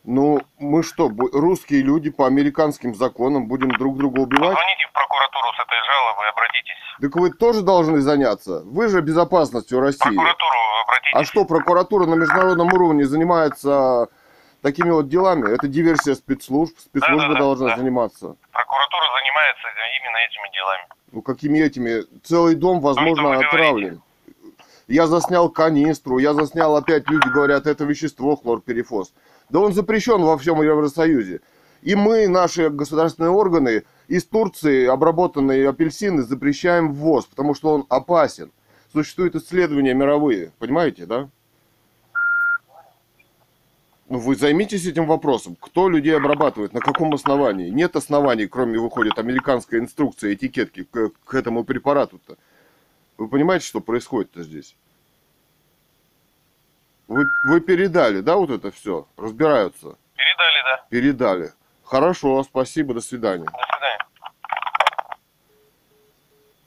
Ну, мы что, бу- русские люди по американским законам будем друг друга убивать? Позвоните в прокуратуру с этой жалобой, обратитесь. Так вы тоже должны заняться. Вы же безопасностью В России. прокуратуру обратитесь. А что, прокуратура на международном уровне занимается такими вот делами? Это диверсия спецслужб. Спецслужбы Да-да-да, должны да. заниматься. Прокуратура занимается именно этими делами. Ну, какими этими? Целый дом, возможно, вы отравлен. Я заснял канистру, я заснял, опять люди говорят, это вещество хлорперифос. Да он запрещен во всем Евросоюзе. И мы, наши государственные органы, из Турции обработанные апельсины запрещаем ввоз, потому что он опасен. Существуют исследования мировые, понимаете, да? Ну, вы займитесь этим вопросом. Кто людей обрабатывает, на каком основании? Нет оснований, кроме, выходит, американской инструкции, этикетки к, к этому препарату-то. Вы понимаете, что происходит-то здесь? Вы, вы передали, да, вот это все? Разбираются? Передали, да. Передали. Хорошо, спасибо, до свидания. До